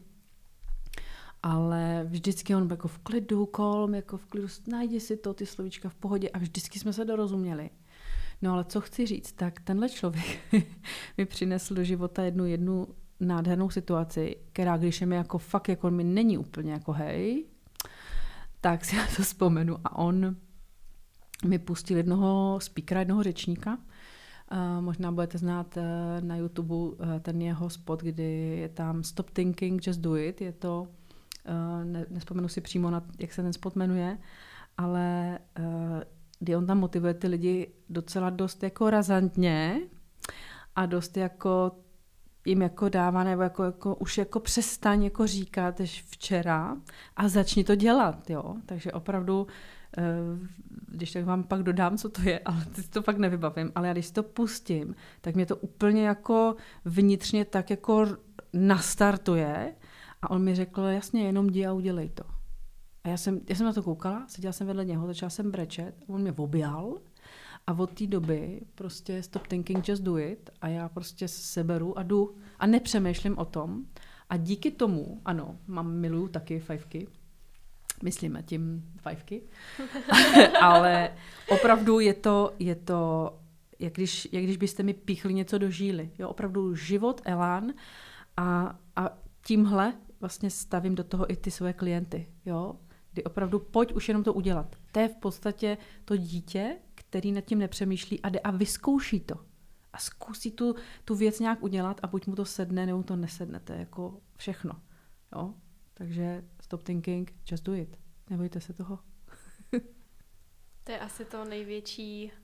ale vždycky on jako v klidu, kolm, jako v klidu, najdi si to, ty slovíčka v pohodě a vždycky jsme se dorozuměli. No ale co chci říct, tak tenhle člověk mi přinesl do života jednu, jednu nádhernou situaci, která když je mi jako fakt, jako mi není úplně jako hej, tak si na to vzpomenu a on mi pustil jednoho speakera, jednoho řečníka. Uh, možná budete znát uh, na YouTube uh, ten jeho spot, kdy je tam Stop thinking, just do it. Je to, uh, ne, nespomenu si přímo, na, jak se ten spot jmenuje, ale uh, kdy on tam motivuje ty lidi docela dost jako razantně a dost jako jim jako dává, nebo jako, jako, už jako přestaň jako říkat než včera a začni to dělat, jo. Takže opravdu, když tak vám pak dodám, co to je, ale teď to fakt nevybavím, ale já když to pustím, tak mě to úplně jako vnitřně tak jako nastartuje a on mi řekl, jasně, jenom jdi a udělej to. A já jsem, já jsem na to koukala, seděla jsem vedle něho, začala jsem brečet, on mě objal a od té doby prostě stop thinking, just do it a já prostě seberu a jdu a nepřemýšlím o tom a díky tomu, ano, mám, miluju taky fajfky, myslíme tím fajfky, ale opravdu je to, je to jak, když, jak když byste mi píchli něco do žíly, jo, opravdu život, elán a, a tímhle vlastně stavím do toho i ty svoje klienty, jo, kdy opravdu pojď už jenom to udělat. To je v podstatě to dítě, který nad tím nepřemýšlí a jde a vyzkouší to. A zkusí tu, tu věc nějak udělat a buď mu to sedne, nebo to nesedne. To je jako všechno. Jo? Takže stop thinking, just do it. Nebojte se toho. To je asi to největší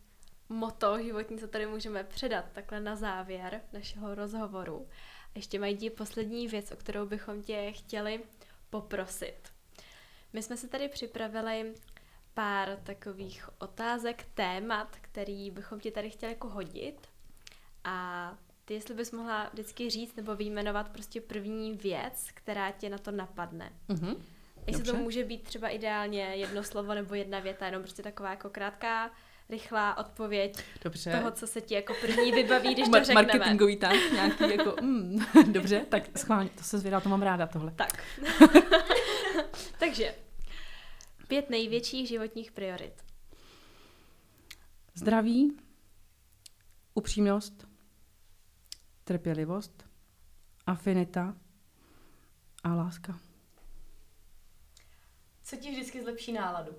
motto životní, co tady můžeme předat takhle na závěr našeho rozhovoru. Ještě mají poslední věc, o kterou bychom tě chtěli poprosit. My jsme si tady připravili pár takových otázek, témat, který bychom ti tady chtěli jako hodit. A ty, jestli bys mohla vždycky říct nebo vyjmenovat prostě první věc, která tě na to napadne. Mm-hmm. Jestli to může být třeba ideálně jedno slovo nebo jedna věta, jenom prostě taková jako krátká, rychlá odpověď. Dobře. Toho, co se ti jako první vybaví, když to Mar- řekneme. Marketingový tak, nějaký jako, mm, dobře, tak schválně, to se zvědá, to mám ráda tohle. Tak. Takže, pět největších životních priorit. Zdraví, upřímnost, trpělivost, afinita a láska. Co ti vždycky zlepší náladu?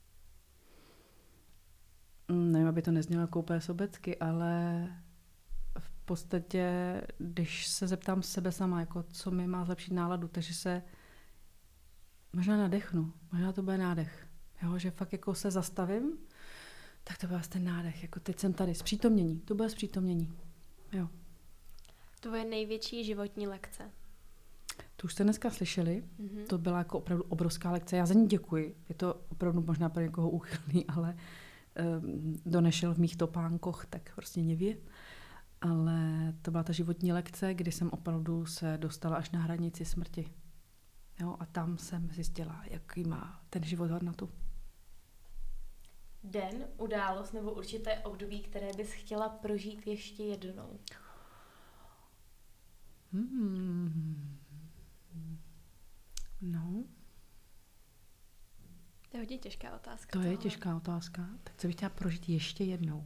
Nevím, aby to neznělo jako úplně sobecky, ale v podstatě, když se zeptám sebe sama, jako co mi má zlepšit náladu, takže se možná nadechnu, možná to bude nádech. Jo, že fakt jako se zastavím, tak to bude ten nádech. Jako teď jsem tady, zpřítomnění, to bude zpřítomnění. Jo. Tvoje největší životní lekce. To už jste dneska slyšeli, Mm-hmm. to byla jako opravdu obrovská lekce. Já za ní děkuji, je to opravdu možná pro někoho úchylný, ale um, donešel v mých topánkoch, tak prostě nevě. Ale to byla ta životní lekce, kdy jsem opravdu se dostala až na hranici smrti. Jo, a tam jsem zjistila, jaký má ten život hodnotu. Den, událost nebo určité období, které bys chtěla prožít ještě jednou? Hmm. No, To je hodně těžká otázka. to je tohle. těžká otázka. Tak co bych chtěla prožít ještě jednou?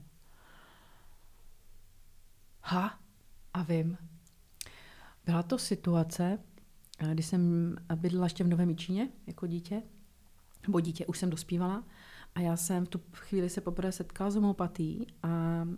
Ha, a vím. Byla to situace, kdy jsem bydlela ještě v Novém Jičíně jako dítě, nebo dítě, už jsem dospívala, a já jsem v tu chvíli se poprvé setkala s homopatií a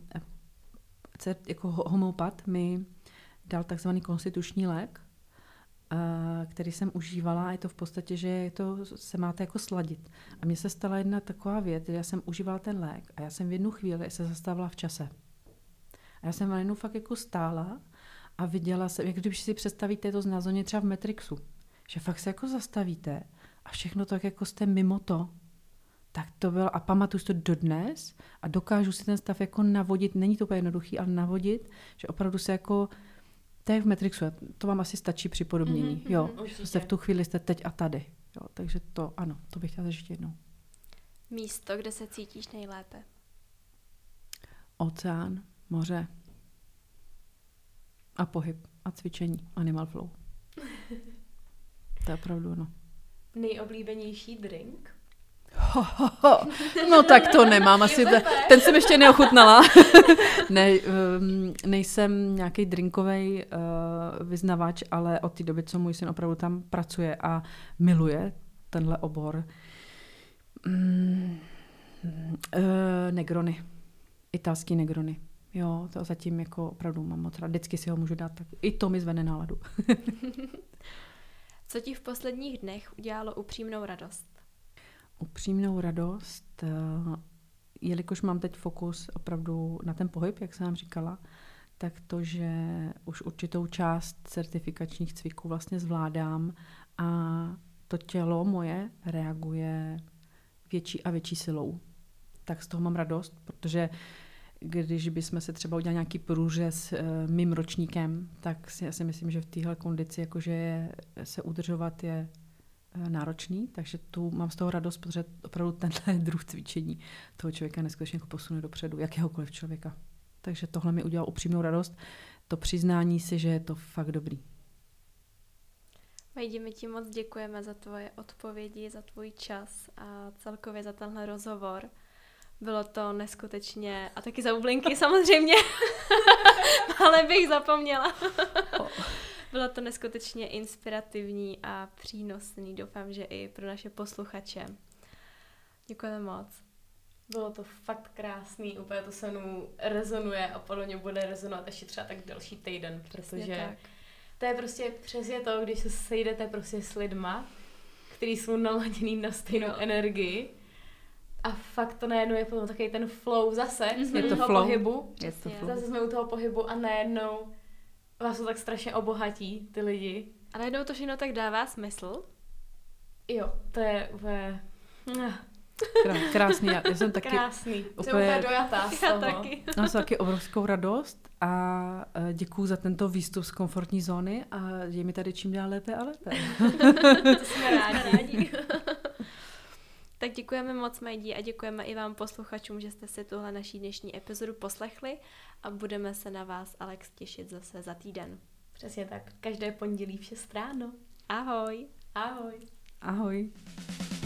jako homeopat mi dal takzvaný konstituční lék, který jsem užívala, a je to v podstatě, že je to, se máte jako sladit. A mně se stala jedna taková věc, že já jsem užívala ten lék a já jsem v jednu chvíli se zastavila v čase. A já jsem najednou fakt jako stála a viděla jsem, jak když si představíte to znázorně třeba v Matrixu, že fakt se jako zastavíte a všechno tak jako jste mimo to, tak to bylo, a pamatuju si to dodnes a dokážu si ten stav jako navodit, není to úplně jednoduchý, ale navodit, že opravdu se jako, to je v Matrixu, to vám asi stačí připodobnění, Mm-hmm, jo, určitě. jste v tu chvíli jste teď a tady, jo, takže to, ano, to bych chtěla zažít jednou. Místo, kde se cítíš nejlépe. Oceán, moře a pohyb a cvičení, animal flow. To je opravdu ono. Nejoblíbenější drink? Ho, ho, ho. No tak to nemám, asi te, ten jsem ještě neochutnala. ne, um, nejsem nějaký drinkový uh, vyznavač, ale od té doby, co můj syn opravdu tam pracuje a miluje tenhle obor. Mm, uh, negrony. Italský negrony. Jo, to zatím jako opravdu mám moc rád. Vždycky si ho můžu dát, tak i to mi zvene náladu. Co ti v posledních dnech udělalo upřímnou radost? Upřímnou radost, jelikož mám teď fokus opravdu na ten pohyb, jak jsem vám říkala, tak to, že už určitou část certifikačních cviků vlastně zvládám a to tělo moje reaguje větší a větší silou. Tak z toho mám radost, protože když bychom se třeba udělali nějaký průřez e, mým ročníkem, tak si, já si myslím, že v téhle kondici jakože je, se udržovat je e, náročný, takže tu mám z toho radost, protože opravdu tenhle druh cvičení toho člověka neskutečně jako posune dopředu, jakéhokoliv člověka. Takže tohle mi udělalo upřímnou radost, to přiznání si, že je to fakt dobrý. Vejdi, my ti moc děkujeme za tvoje odpovědi, za tvůj čas a celkově za tenhle rozhovor. Bylo to neskutečně, a taky za bublinky samozřejmě, ale bych zapomněla. Bylo to neskutečně inspirativní a přínosný, doufám, že i pro naše posluchače. Děkujeme moc. Bylo to fakt krásný, úplně to se mnou rezonuje a podle mě bude rezonovat ještě třeba tak další týden, protože tak. To je prostě přesně to, když se sejdete prostě s lidma, kteří jsou naladěný na stejnou Jo. energii a fakt to najednou je potom takový ten flow zase, jsme Je u to toho flow. pohybu, Je to Přesně. flow. zase jsme u toho pohybu a najednou vás to tak strašně obohatí, ty lidi. A najednou to všechno tak dává smysl. Jo, to je úplně Krá- Krásný, já, já jsem taky, krásný. Jsem úplně- úplně dojatá z Já toho. taky. mám taky obrovskou radost a eh, děkuju za tento výstup z komfortní zóny a je mi tady čím dál lépe a lépe. To jsme rádi. Rádi. Tak děkujeme moc, Majdi, a děkujeme i vám posluchačům, že jste si tuhle naší dnešní epizodu poslechli a budeme se na vás, Alex, těšit zase za týden. Přesně tak. Každé pondělí v šest ráno. Ahoj! Ahoj. Ahoj.